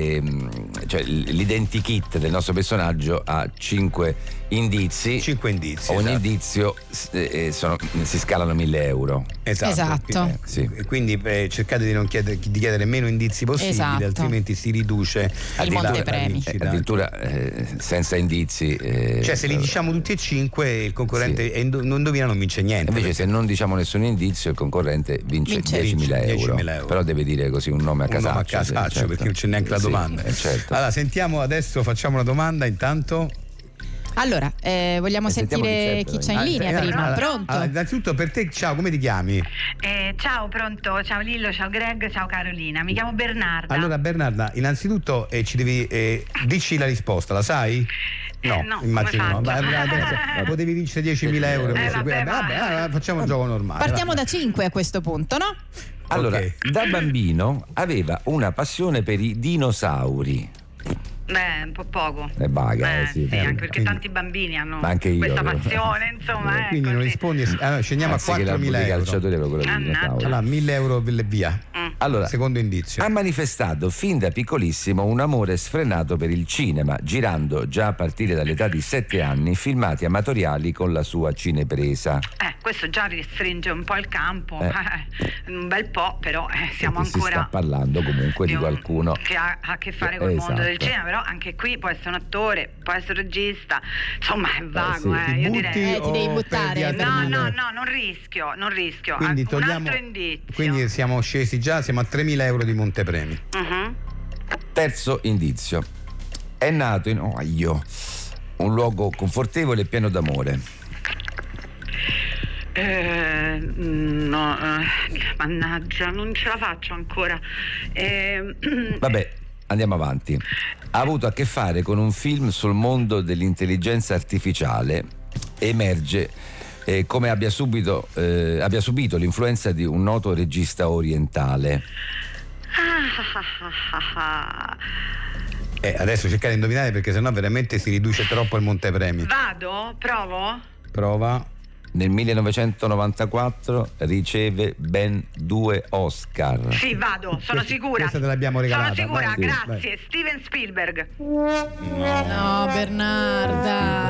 [SPEAKER 4] cioè l'identikit del nostro personaggio ha cinque indizi.
[SPEAKER 3] Cinque indizi.
[SPEAKER 4] Ogni
[SPEAKER 3] esatto.
[SPEAKER 4] indizio eh, eh, sono- si scalano mille euro.
[SPEAKER 3] Esatto.
[SPEAKER 2] Esatto.
[SPEAKER 3] Quindi,
[SPEAKER 4] Eh, sì.
[SPEAKER 3] quindi, eh, cercate di non chiedere, di chiedere meno indizi possibili,
[SPEAKER 2] Esatto.
[SPEAKER 3] altrimenti si riduce
[SPEAKER 2] Il
[SPEAKER 3] la-
[SPEAKER 2] montepremi.
[SPEAKER 3] la
[SPEAKER 4] Eh,
[SPEAKER 3] vincita.
[SPEAKER 4] addirittura eh, senza indizi. eh,
[SPEAKER 3] Cioè, se li diciamo tutti e cinque, il concorrente e indo- non indovina, non vince niente.
[SPEAKER 4] Invece, se non diciamo nessun indizio, il concorrente vince,
[SPEAKER 2] Vince.
[SPEAKER 4] diecimila
[SPEAKER 3] Vince
[SPEAKER 4] euro.
[SPEAKER 3] diecimila euro.
[SPEAKER 4] Però deve dire così un nome a
[SPEAKER 3] Un nome
[SPEAKER 4] casaccio.
[SPEAKER 3] a
[SPEAKER 4] sì,
[SPEAKER 3] casaccio,
[SPEAKER 4] certo.
[SPEAKER 3] perché non c'è neanche la
[SPEAKER 4] Sì,
[SPEAKER 3] domanda.
[SPEAKER 4] eh, certo.
[SPEAKER 3] Allora, sentiamo adesso, facciamo una domanda intanto.
[SPEAKER 2] Allora, eh, vogliamo
[SPEAKER 4] Eh, sentiamo
[SPEAKER 2] sentire
[SPEAKER 4] chi c'è,
[SPEAKER 2] chi c'è in
[SPEAKER 3] Ah,
[SPEAKER 2] linea
[SPEAKER 3] eh,
[SPEAKER 2] prima?
[SPEAKER 3] allora,
[SPEAKER 2] Pronto?
[SPEAKER 3] allora, innanzitutto per te, ciao, come ti chiami?
[SPEAKER 8] Eh, ciao, pronto? Ciao Lillo, ciao Greg, ciao Carolina. Mi chiamo Bernarda.
[SPEAKER 3] Allora, Bernarda, innanzitutto eh, ci devi eh, dici la risposta, la sai? No,
[SPEAKER 8] Eh, no,
[SPEAKER 3] immagino
[SPEAKER 8] come
[SPEAKER 3] no.
[SPEAKER 8] faccio?
[SPEAKER 3] Vai, vai, adesso, potevi vincere diecimila euro.
[SPEAKER 8] Eh,
[SPEAKER 3] invece
[SPEAKER 8] vabbè,
[SPEAKER 3] que-
[SPEAKER 8] va.
[SPEAKER 3] vabbè, allora facciamo un gioco normale.
[SPEAKER 2] Partiamo
[SPEAKER 3] va.
[SPEAKER 2] da cinque a questo punto, no?
[SPEAKER 4] Allora,
[SPEAKER 3] Ok.
[SPEAKER 4] da bambino aveva una passione per i dinosauri.
[SPEAKER 8] Beh, un po' poco.
[SPEAKER 4] È vaga, eh, sì.
[SPEAKER 8] anche perché
[SPEAKER 3] Quindi-
[SPEAKER 8] tanti bambini hanno
[SPEAKER 4] Ma anche io,
[SPEAKER 8] questa
[SPEAKER 4] però.
[SPEAKER 8] passione, insomma. eh,
[SPEAKER 3] Quindi non
[SPEAKER 8] così.
[SPEAKER 3] rispondi, allora, scendiamo
[SPEAKER 4] Anziché
[SPEAKER 3] a quattromila
[SPEAKER 4] la- i
[SPEAKER 3] euro.
[SPEAKER 4] calciatori aveva quello dei
[SPEAKER 8] Mannaggia.
[SPEAKER 4] dinosauri.
[SPEAKER 3] Allora, mille euro e via.
[SPEAKER 8] Mm.
[SPEAKER 4] Allora,
[SPEAKER 3] Secondo indizio.
[SPEAKER 4] ha manifestato fin da piccolissimo un amore sfrenato per il cinema, girando già a partire dall'età di sette anni filmati amatoriali con la sua cinepresa.
[SPEAKER 8] Eh, questo già restringe un po' il campo,
[SPEAKER 4] Eh.
[SPEAKER 8] eh, un bel po', però eh, siamo
[SPEAKER 4] Perché si
[SPEAKER 8] ancora
[SPEAKER 4] sta parlando comunque di
[SPEAKER 8] un-
[SPEAKER 4] qualcuno
[SPEAKER 8] che ha a che fare col
[SPEAKER 4] Esatto.
[SPEAKER 8] mondo del cinema, però anche qui può essere un attore, può essere un regista, insomma è vago,
[SPEAKER 4] sì.
[SPEAKER 8] eh,
[SPEAKER 3] Ti
[SPEAKER 8] io
[SPEAKER 3] butti
[SPEAKER 8] direi.
[SPEAKER 2] Eh, ti devi
[SPEAKER 3] o
[SPEAKER 2] buttare,
[SPEAKER 3] perdi a
[SPEAKER 8] No,
[SPEAKER 3] tremila?
[SPEAKER 8] no, no, non rischio, non rischio.
[SPEAKER 3] Quindi
[SPEAKER 8] Ah, un
[SPEAKER 3] togliamo.
[SPEAKER 8] altro indizio.
[SPEAKER 3] Quindi siamo scesi già, siamo a tremila euro di montepremi.
[SPEAKER 8] Mhm.
[SPEAKER 4] Terzo indizio. È nato in Ohio, un luogo confortevole e pieno d'amore.
[SPEAKER 8] Eh, no, eh, mannaggia, non ce la faccio ancora. Eh,
[SPEAKER 4] Vabbè, andiamo avanti. Ha avuto a che fare con un film sul mondo dell'intelligenza artificiale. Emerge eh, come abbia, subito, eh, abbia subito l'influenza di un noto regista orientale.
[SPEAKER 8] ah, ah, ah, ah.
[SPEAKER 3] Eh, adesso cercate di indovinare perché sennò veramente si riduce troppo il montepremi.
[SPEAKER 8] Vado? Provo?
[SPEAKER 3] Prova.
[SPEAKER 4] Nel millenovecentonovantaquattro riceve ben due Oscar.
[SPEAKER 8] Sì, vado, sono
[SPEAKER 3] Questa-
[SPEAKER 8] sicura.
[SPEAKER 3] questa te l'abbiamo regalata,
[SPEAKER 8] Sono sicura,
[SPEAKER 3] vai, sì,
[SPEAKER 8] grazie. Steven Spielberg.
[SPEAKER 2] No, Bernarda,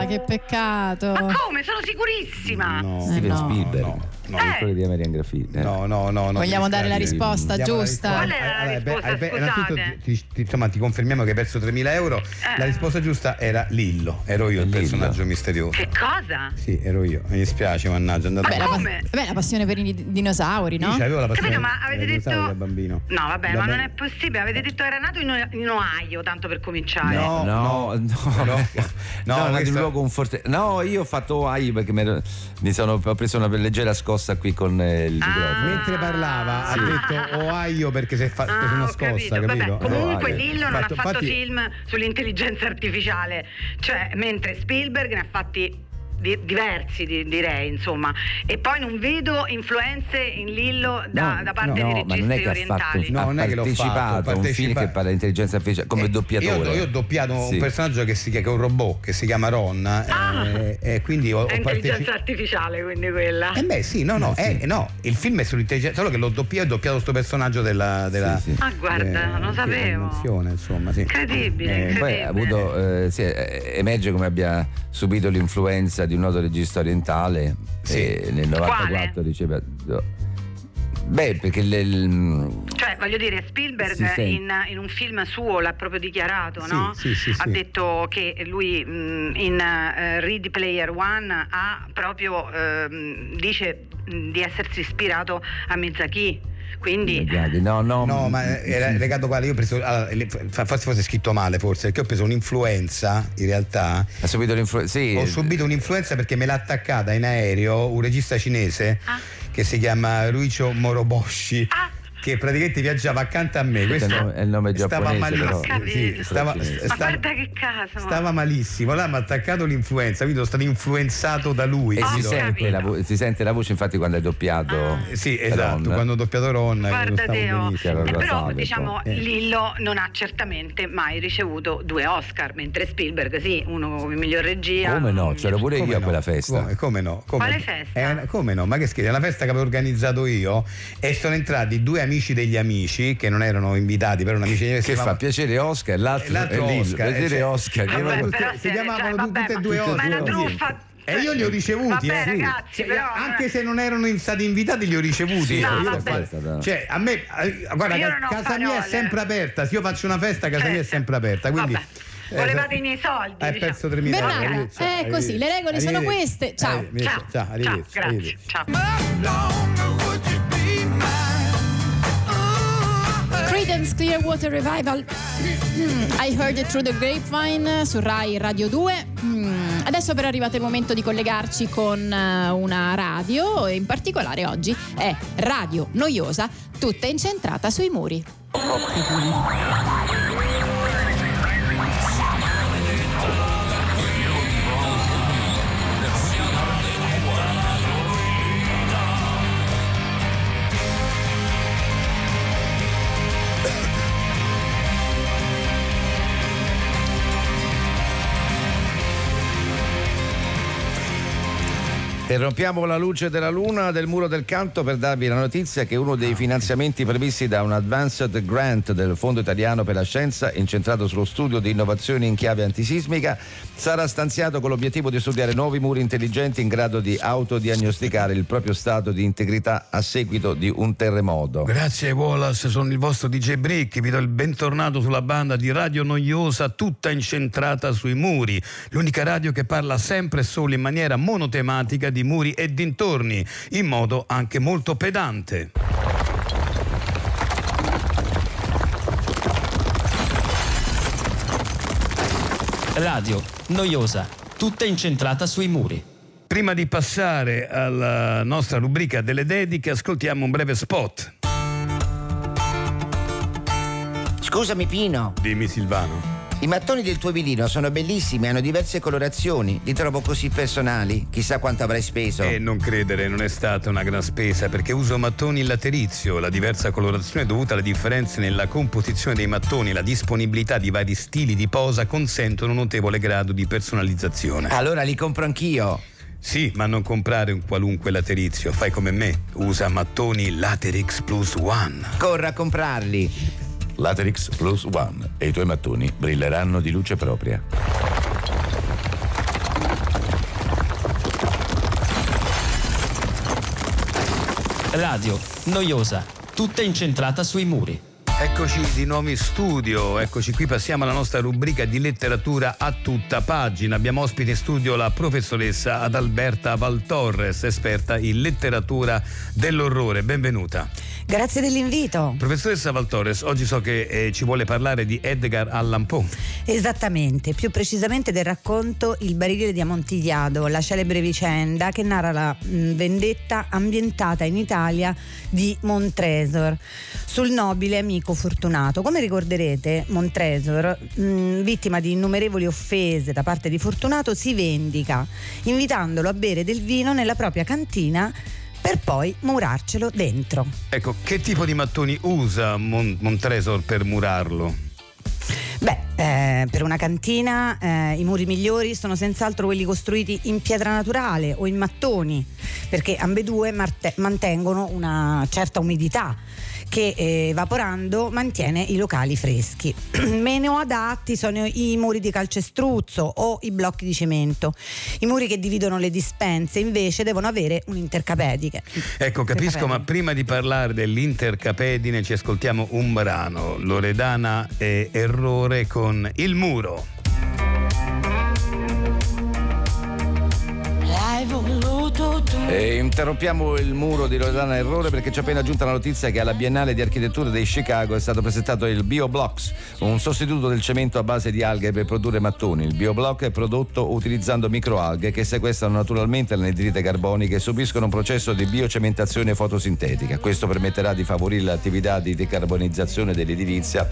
[SPEAKER 2] che peccato.
[SPEAKER 8] Ma come? Sono sicurissima.
[SPEAKER 3] No,
[SPEAKER 4] Steven
[SPEAKER 2] no.
[SPEAKER 4] Spielberg,
[SPEAKER 3] no, no.
[SPEAKER 4] il quello di American Graffiti.
[SPEAKER 3] No, no, no, no.
[SPEAKER 2] Vogliamo dare la
[SPEAKER 3] dispiace.
[SPEAKER 2] risposta
[SPEAKER 3] Diamo la
[SPEAKER 2] giusta?
[SPEAKER 3] risposta.
[SPEAKER 8] Qual è la
[SPEAKER 3] Allora, beh,
[SPEAKER 8] risposta,
[SPEAKER 3] beh,
[SPEAKER 8] scusate?
[SPEAKER 3] innanzitutto ti, ti- insomma, ti confermiamo che hai perso tremila euro.
[SPEAKER 8] Eh.
[SPEAKER 3] La risposta giusta era Lillo. Ero io il
[SPEAKER 4] Lillo.
[SPEAKER 3] personaggio misterioso.
[SPEAKER 8] Che cosa?
[SPEAKER 3] Sì, ero io. Mi dispiace, mannaggia. È andato
[SPEAKER 2] Beh, la, pas-
[SPEAKER 8] come?
[SPEAKER 2] beh, la passione per i di- dinosauri, no?
[SPEAKER 3] Io c'avevo la passione
[SPEAKER 8] Capito, ma avete
[SPEAKER 3] eh,
[SPEAKER 8] detto.
[SPEAKER 3] da bambino.
[SPEAKER 8] No, vabbè,
[SPEAKER 3] Da
[SPEAKER 8] ma non
[SPEAKER 3] ba-
[SPEAKER 8] è possibile. Avete detto era nato in, in Ohio, tanto per cominciare.
[SPEAKER 3] No,
[SPEAKER 4] No, no,
[SPEAKER 3] no,
[SPEAKER 4] no,
[SPEAKER 3] no,
[SPEAKER 4] no,
[SPEAKER 3] questo-
[SPEAKER 4] in un luogo conforte- No, io ho fatto Ohio perché mi, ero- mi sono ho preso una leggera scossa qui con eh, il
[SPEAKER 8] Ah.
[SPEAKER 4] microfono.
[SPEAKER 3] Mentre parlava ha
[SPEAKER 8] Sì.
[SPEAKER 3] detto Ohio perché si è fa-
[SPEAKER 8] Ah,
[SPEAKER 3] preso una
[SPEAKER 8] ho
[SPEAKER 3] scossa,
[SPEAKER 8] capito.
[SPEAKER 3] capito?
[SPEAKER 8] Vabbè, comunque
[SPEAKER 4] Eh,
[SPEAKER 8] Lillo non
[SPEAKER 3] fatto-
[SPEAKER 8] ha fatto
[SPEAKER 3] infatti-
[SPEAKER 8] film sull'intelligenza artificiale, cioè mentre Spielberg ne ha fatti di- diversi di- direi, insomma, e poi non vedo influenze in Lillo da,
[SPEAKER 3] No,
[SPEAKER 8] da parte
[SPEAKER 4] No,
[SPEAKER 8] dei
[SPEAKER 4] ma non è
[SPEAKER 8] registi
[SPEAKER 4] che ha fatto
[SPEAKER 8] orientali.
[SPEAKER 3] No,
[SPEAKER 4] ha
[SPEAKER 3] non è che l'ho fatto,
[SPEAKER 4] partecipato a un film
[SPEAKER 3] partecipa-
[SPEAKER 4] che parla di intelligenza artificiale come
[SPEAKER 3] Eh,
[SPEAKER 4] doppiatore.
[SPEAKER 3] Io, io ho doppiato
[SPEAKER 4] Sì.
[SPEAKER 3] un personaggio che si chiama che è un robot che si chiama Ron
[SPEAKER 8] Ah!
[SPEAKER 3] eh, e quindi ho, ho
[SPEAKER 8] È intelligenza
[SPEAKER 3] partecipato.
[SPEAKER 8] artificiale, quindi quella.
[SPEAKER 3] Eh beh sì, no, no,
[SPEAKER 4] Eh, sì.
[SPEAKER 3] eh, no, il film è sull'intelligenza, solo che l'ho doppiato, ho doppiato sto personaggio della, della
[SPEAKER 4] Sì, sì.
[SPEAKER 8] Ah, guarda, non lo
[SPEAKER 3] sì,
[SPEAKER 8] sapevo.
[SPEAKER 3] dell'invenzione, insomma, sì.
[SPEAKER 8] Incredibile,
[SPEAKER 3] Eh,
[SPEAKER 8] incredibile.
[SPEAKER 4] Poi ha avuto, eh, sì, eh, emerge come abbia subito l'influenza di un noto regista orientale.
[SPEAKER 3] Sì.
[SPEAKER 4] E nel novantaquattro
[SPEAKER 8] Quale?
[SPEAKER 4] riceve. Beh, perché il, il-
[SPEAKER 8] Cioè, voglio dire, Spielberg
[SPEAKER 4] Si sente.
[SPEAKER 8] in, in un film suo l'ha proprio dichiarato,
[SPEAKER 3] Sì,
[SPEAKER 8] no?
[SPEAKER 3] sì, sì,
[SPEAKER 8] ha
[SPEAKER 3] sì.
[SPEAKER 8] detto che lui mh, in uh, Ready Player One ha proprio, ehm, dice mh, di essersi ispirato a Miyazaki. Quindi
[SPEAKER 4] no, no,
[SPEAKER 3] No, ma era legato qua, io ho preso allora, le- fa- forse fosse scritto male forse, perché ho preso un'influenza, in realtà
[SPEAKER 4] ha subito l'influenza. Sì,
[SPEAKER 3] ho subito un'influenza perché me l'ha attaccata in aereo un regista cinese
[SPEAKER 8] Ah.
[SPEAKER 3] che si chiama Ruicho Moroboshi.
[SPEAKER 8] Ah.
[SPEAKER 3] Che praticamente viaggiava accanto a me. Questo
[SPEAKER 4] il nome- è il nome
[SPEAKER 3] stava
[SPEAKER 4] giapponese,
[SPEAKER 3] malissimo.
[SPEAKER 4] però.
[SPEAKER 8] Ho
[SPEAKER 3] Sì,
[SPEAKER 8] capito.
[SPEAKER 3] stava,
[SPEAKER 4] Ma
[SPEAKER 8] ma
[SPEAKER 3] stava-
[SPEAKER 8] guarda che caso.
[SPEAKER 3] stava malissimo. Là mi ha attaccato l'influenza, quindi sono stato influenzato da lui.
[SPEAKER 4] E
[SPEAKER 8] Ho
[SPEAKER 4] si
[SPEAKER 3] capito?
[SPEAKER 4] sente,
[SPEAKER 8] capito.
[SPEAKER 4] la vo- si sente la voce infatti quando hai doppiato.
[SPEAKER 3] Eh, Sì, esatto,
[SPEAKER 4] Ron.
[SPEAKER 3] quando ho doppiato Ron non
[SPEAKER 8] Guarda
[SPEAKER 3] stavo
[SPEAKER 8] Teo,
[SPEAKER 3] benissimo.
[SPEAKER 4] Era
[SPEAKER 8] eh, però
[SPEAKER 4] rasato un
[SPEAKER 8] diciamo
[SPEAKER 4] po'.
[SPEAKER 3] Eh.
[SPEAKER 8] Lillo non ha certamente mai ricevuto due Oscar, mentre Spielberg sì, uno come miglior regia.
[SPEAKER 4] Come no? C'ero pure
[SPEAKER 3] Come
[SPEAKER 4] io a
[SPEAKER 3] no?
[SPEAKER 4] quella festa.
[SPEAKER 3] Come, come no? Come
[SPEAKER 8] Quale
[SPEAKER 3] no?
[SPEAKER 8] festa?
[SPEAKER 3] È una- come no? Ma che scherzi? È una festa che avevo organizzato io e sono entrati due amici degli amici che non erano invitati, però amici degli amici
[SPEAKER 4] Che fa piacere Oscar, l'altro,
[SPEAKER 3] l'altro
[SPEAKER 4] è Lillo.
[SPEAKER 3] Oscar,
[SPEAKER 4] Piacere
[SPEAKER 3] eh,
[SPEAKER 4] Oscar.
[SPEAKER 3] Vabbè,
[SPEAKER 4] che-
[SPEAKER 3] tutti-
[SPEAKER 8] però
[SPEAKER 3] si
[SPEAKER 8] se-
[SPEAKER 3] chiamavano
[SPEAKER 8] cioè,
[SPEAKER 3] tutte e
[SPEAKER 8] vabbè,
[SPEAKER 3] due
[SPEAKER 8] ma-
[SPEAKER 3] Oscar.
[SPEAKER 8] ma è una
[SPEAKER 3] Sì.
[SPEAKER 8] truffa.
[SPEAKER 3] E io li ho ricevuti,
[SPEAKER 8] Vabbè,
[SPEAKER 3] eh.
[SPEAKER 8] ragazzi,
[SPEAKER 3] Cioè,
[SPEAKER 8] però,
[SPEAKER 3] anche se non erano stati invitati, li ho ricevuti.
[SPEAKER 4] Sì,
[SPEAKER 8] No,
[SPEAKER 3] Io-
[SPEAKER 8] vabbè.
[SPEAKER 3] io-
[SPEAKER 4] Stata-
[SPEAKER 3] cioè, a me, eh, guarda,
[SPEAKER 8] Io
[SPEAKER 3] ca-
[SPEAKER 8] non ho
[SPEAKER 3] casa mia è
[SPEAKER 8] parole.
[SPEAKER 3] sempre aperta. Se io faccio una festa, casa mia è
[SPEAKER 8] Certo.
[SPEAKER 3] sempre aperta. Quindi,
[SPEAKER 8] Vabbè. Volevate i miei soldi,
[SPEAKER 3] Hai
[SPEAKER 8] diciamo.
[SPEAKER 3] perso tremila euro.
[SPEAKER 2] Bernarda,
[SPEAKER 3] Arrivederci,
[SPEAKER 2] è
[SPEAKER 3] arrivederci.
[SPEAKER 2] così, le regole sono
[SPEAKER 3] Arrivederci.
[SPEAKER 2] queste. Ciao.
[SPEAKER 3] Arrivederci.
[SPEAKER 8] Ciao,
[SPEAKER 3] Ciao,
[SPEAKER 8] ciao,
[SPEAKER 3] arrivederci.
[SPEAKER 8] grazie.
[SPEAKER 3] arrivederci.
[SPEAKER 8] Ciao.
[SPEAKER 2] Creedence Clearwater Revival. I Heard It Through the Grapevine su Rai Radio due. Mm, Adesso però è arrivato il momento di collegarci con eh, una radio, e in particolare oggi è Radio Noiosa, tutta incentrata sui muri.
[SPEAKER 4] Interrompiamo la luce della luna del muro del canto per darvi la notizia che uno dei finanziamenti previsti da un Advanced Grant del Fondo Italiano per la Scienza, incentrato sullo studio di innovazioni in chiave antisismica, sarà stanziato con l'obiettivo di studiare nuovi muri intelligenti in grado di autodiagnosticare il proprio stato di integrità a seguito di un terremoto.
[SPEAKER 3] Grazie Wallace, sono il vostro D J Brick, vi do il bentornato sulla banda di Radio Noiosa, tutta incentrata sui muri, l'unica radio che parla sempre e solo in maniera monotematica di muri e dintorni, in modo anche molto pedante.
[SPEAKER 9] Radio Noiosa, tutta incentrata sui muri.
[SPEAKER 3] Prima di passare alla nostra rubrica delle dediche, ascoltiamo un breve spot.
[SPEAKER 5] Scusami Pino,
[SPEAKER 3] Dimmi Silvano.
[SPEAKER 5] i mattoni del tuo vilino sono bellissimi, hanno diverse colorazioni, li trovo così personali, chissà quanto avrai speso.
[SPEAKER 3] E non credere, non è stata una gran spesa, perché uso mattoni in laterizio. La diversa colorazione è dovuta alle differenze nella composizione dei mattoni. La disponibilità di vari stili di posa consentono un notevole grado di personalizzazione.
[SPEAKER 5] Allora li compro anch'io.
[SPEAKER 3] Sì, ma non comprare un qualunque laterizio. Fai come me, usa mattoni Laterix Plus One.
[SPEAKER 5] Corro a comprarli.
[SPEAKER 4] Laterix Plus One e i tuoi mattoni brilleranno di luce propria.
[SPEAKER 9] Radio noiosa, tutta incentrata sui muri.
[SPEAKER 3] Eccoci di nuovo in studio, eccoci qui, passiamo alla nostra rubrica di letteratura a tutta pagina. Abbiamo ospite in studio la professoressa Adalberta Valtorres, esperta in letteratura dell'orrore. Benvenuta.
[SPEAKER 10] Grazie dell'invito.
[SPEAKER 3] Professoressa Valtorres, oggi so che eh, ci vuole parlare di Edgar Allan Poe.
[SPEAKER 10] Esattamente, più precisamente del racconto Il barile di Amontillado, la celebre vicenda che narra la mh, vendetta ambientata in Italia di Montresor sul nobile amico Fortunato. Come ricorderete, Montresor, mh, vittima di innumerevoli offese da parte di Fortunato, si vendica invitandolo a bere del vino nella propria cantina per poi murarcelo dentro.
[SPEAKER 3] Ecco, che tipo di mattoni usa Mon- Montresor per murarlo?
[SPEAKER 10] Beh, eh, per una cantina eh, i muri migliori sono senz'altro quelli costruiti in pietra naturale o in mattoni, perché ambedue marte- mantengono una certa umidità che eh, evaporando mantiene i locali freschi. Meno adatti sono i muri di calcestruzzo o i blocchi di cemento. I muri che dividono le dispense invece devono avere un'intercapedine.
[SPEAKER 3] Ecco, capisco, ma prima di parlare dell'intercapedine ci ascoltiamo un brano, Loredana e Errore con Il Muro.
[SPEAKER 11] L'hai voluto tu.
[SPEAKER 4] E interrompiamo il muro di Loredana Errore perché ci è appena giunta la notizia che alla Biennale di Architettura di Chicago è stato presentato il BioBlocks, un sostituto del cemento a base di alghe per produrre mattoni. Il BioBlock è prodotto utilizzando microalghe che sequestrano naturalmente l'anidride carbonica e subiscono un processo di biocementazione fotosintetica. Questo permetterà di favorire l'attività di decarbonizzazione dell'edilizia.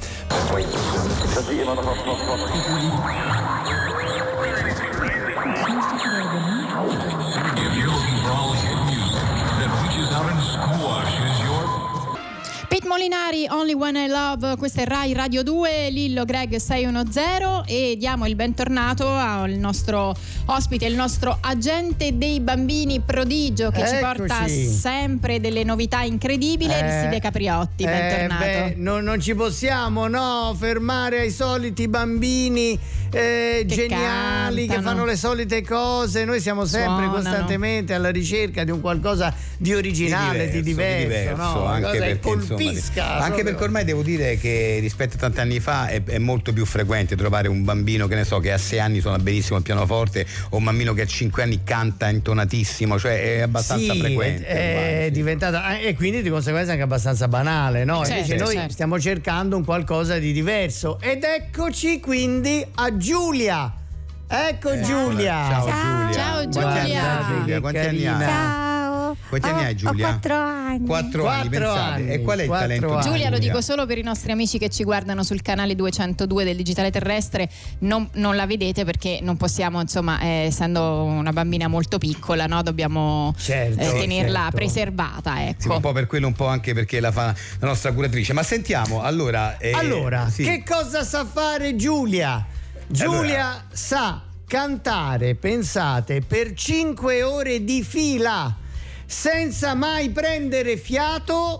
[SPEAKER 2] Pete Molinari, Only When I Love, questa è Rai Radio due, Lillo Greg sei uno zero e diamo il bentornato al nostro ospite, il nostro agente dei bambini prodigio che
[SPEAKER 5] Eccoci.
[SPEAKER 2] ci porta sempre delle novità incredibili,
[SPEAKER 5] Eh,
[SPEAKER 2] Aristide Capriotti, bentornato.
[SPEAKER 5] Eh, beh, non, non ci possiamo no fermare ai soliti bambini eh,
[SPEAKER 2] Che
[SPEAKER 5] geniali
[SPEAKER 2] cantano.
[SPEAKER 5] che fanno le solite cose. Noi siamo sempre
[SPEAKER 2] Suonano.
[SPEAKER 5] costantemente alla ricerca di un qualcosa di originale, di diverso,
[SPEAKER 3] di diverso,
[SPEAKER 5] no? Una
[SPEAKER 3] anche
[SPEAKER 5] cosa che
[SPEAKER 3] perché, insomma,
[SPEAKER 5] colpisca,
[SPEAKER 3] anche
[SPEAKER 5] proprio.
[SPEAKER 3] perché ormai devo dire che rispetto a tanti anni fa è, è molto più frequente trovare un bambino che ne so che a sei anni suona benissimo il pianoforte o un bambino che a cinque anni canta intonatissimo, cioè è abbastanza
[SPEAKER 5] sì,
[SPEAKER 3] frequente
[SPEAKER 5] è, è
[SPEAKER 3] ormai, sì.
[SPEAKER 5] diventata e quindi di conseguenza anche abbastanza banale, no?
[SPEAKER 2] Certo,
[SPEAKER 5] Invece noi
[SPEAKER 2] certo.
[SPEAKER 5] stiamo cercando un qualcosa di diverso ed eccoci quindi a Giulia. Ecco
[SPEAKER 3] Eh,
[SPEAKER 5] Giulia.
[SPEAKER 3] ciao,
[SPEAKER 10] Ciao.
[SPEAKER 3] Giulia.
[SPEAKER 2] Ciao,
[SPEAKER 3] Quanti anni
[SPEAKER 2] Giulia.
[SPEAKER 3] hai, Giulia? Quanti anni
[SPEAKER 5] Carina.
[SPEAKER 3] hai?
[SPEAKER 10] Ciao.
[SPEAKER 3] Quanti anni
[SPEAKER 10] Ho-
[SPEAKER 3] hai, Giulia?
[SPEAKER 10] Ho quattro anni.
[SPEAKER 3] Quattro anni,
[SPEAKER 5] Quattro
[SPEAKER 3] pensate.
[SPEAKER 5] anni,
[SPEAKER 3] E qual è il
[SPEAKER 5] quattro
[SPEAKER 3] talento di
[SPEAKER 5] anni.
[SPEAKER 2] Giulia, lo dico solo per i nostri amici che ci guardano sul canale duecentodue del Digitale Terrestre, non, non la vedete perché non possiamo, insomma, eh, essendo una bambina molto piccola, no? Dobbiamo
[SPEAKER 5] Certo,
[SPEAKER 2] eh, tenerla
[SPEAKER 5] certo.
[SPEAKER 2] preservata, ecco.
[SPEAKER 3] Sì, un po' per quello, un po' anche perché la fa la nostra curatrice. Ma sentiamo, allora eh,
[SPEAKER 5] Allora,
[SPEAKER 3] sì.
[SPEAKER 5] che cosa sa fare Giulia? Giulia
[SPEAKER 3] Allora.
[SPEAKER 5] sa cantare, pensate, per cinque ore di fila senza mai prendere fiato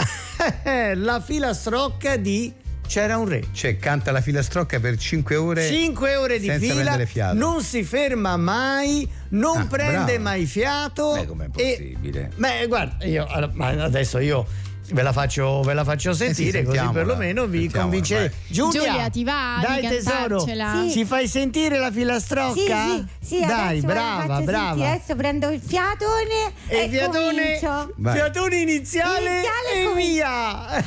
[SPEAKER 5] la filastrocca di C'era un re.
[SPEAKER 3] Cioè canta la filastrocca per cinque ore
[SPEAKER 5] cinque ore di
[SPEAKER 3] senza
[SPEAKER 5] fila,
[SPEAKER 3] prendere fiato.
[SPEAKER 5] non si ferma mai, non
[SPEAKER 3] Ah,
[SPEAKER 5] prende
[SPEAKER 3] brava.
[SPEAKER 5] mai fiato.
[SPEAKER 4] Beh, com'è
[SPEAKER 5] e-
[SPEAKER 4] possibile?
[SPEAKER 5] Beh, guarda, io allora, ma adesso io ve la faccio, ve la faccio sentire, così
[SPEAKER 3] sentiamola,
[SPEAKER 5] perlomeno vi
[SPEAKER 3] sentiamola,
[SPEAKER 5] convincerete.
[SPEAKER 3] vai.
[SPEAKER 5] Giulia,
[SPEAKER 2] Giulia, ti va
[SPEAKER 5] dai
[SPEAKER 2] di
[SPEAKER 5] tesoro,
[SPEAKER 2] cantarcela?
[SPEAKER 10] Sì.
[SPEAKER 5] ci fai sentire la filastrocca?
[SPEAKER 10] Sì, sì, sì,
[SPEAKER 5] dai,
[SPEAKER 10] adesso ve la
[SPEAKER 5] brava,
[SPEAKER 10] faccio
[SPEAKER 5] brava.
[SPEAKER 10] sentire. Adesso prendo il fiatone
[SPEAKER 5] E
[SPEAKER 10] e,
[SPEAKER 5] il fiatone,
[SPEAKER 10] comincio.
[SPEAKER 3] Vai.
[SPEAKER 5] fiatone iniziale,
[SPEAKER 10] Iniziale
[SPEAKER 5] e
[SPEAKER 10] come-
[SPEAKER 5] via.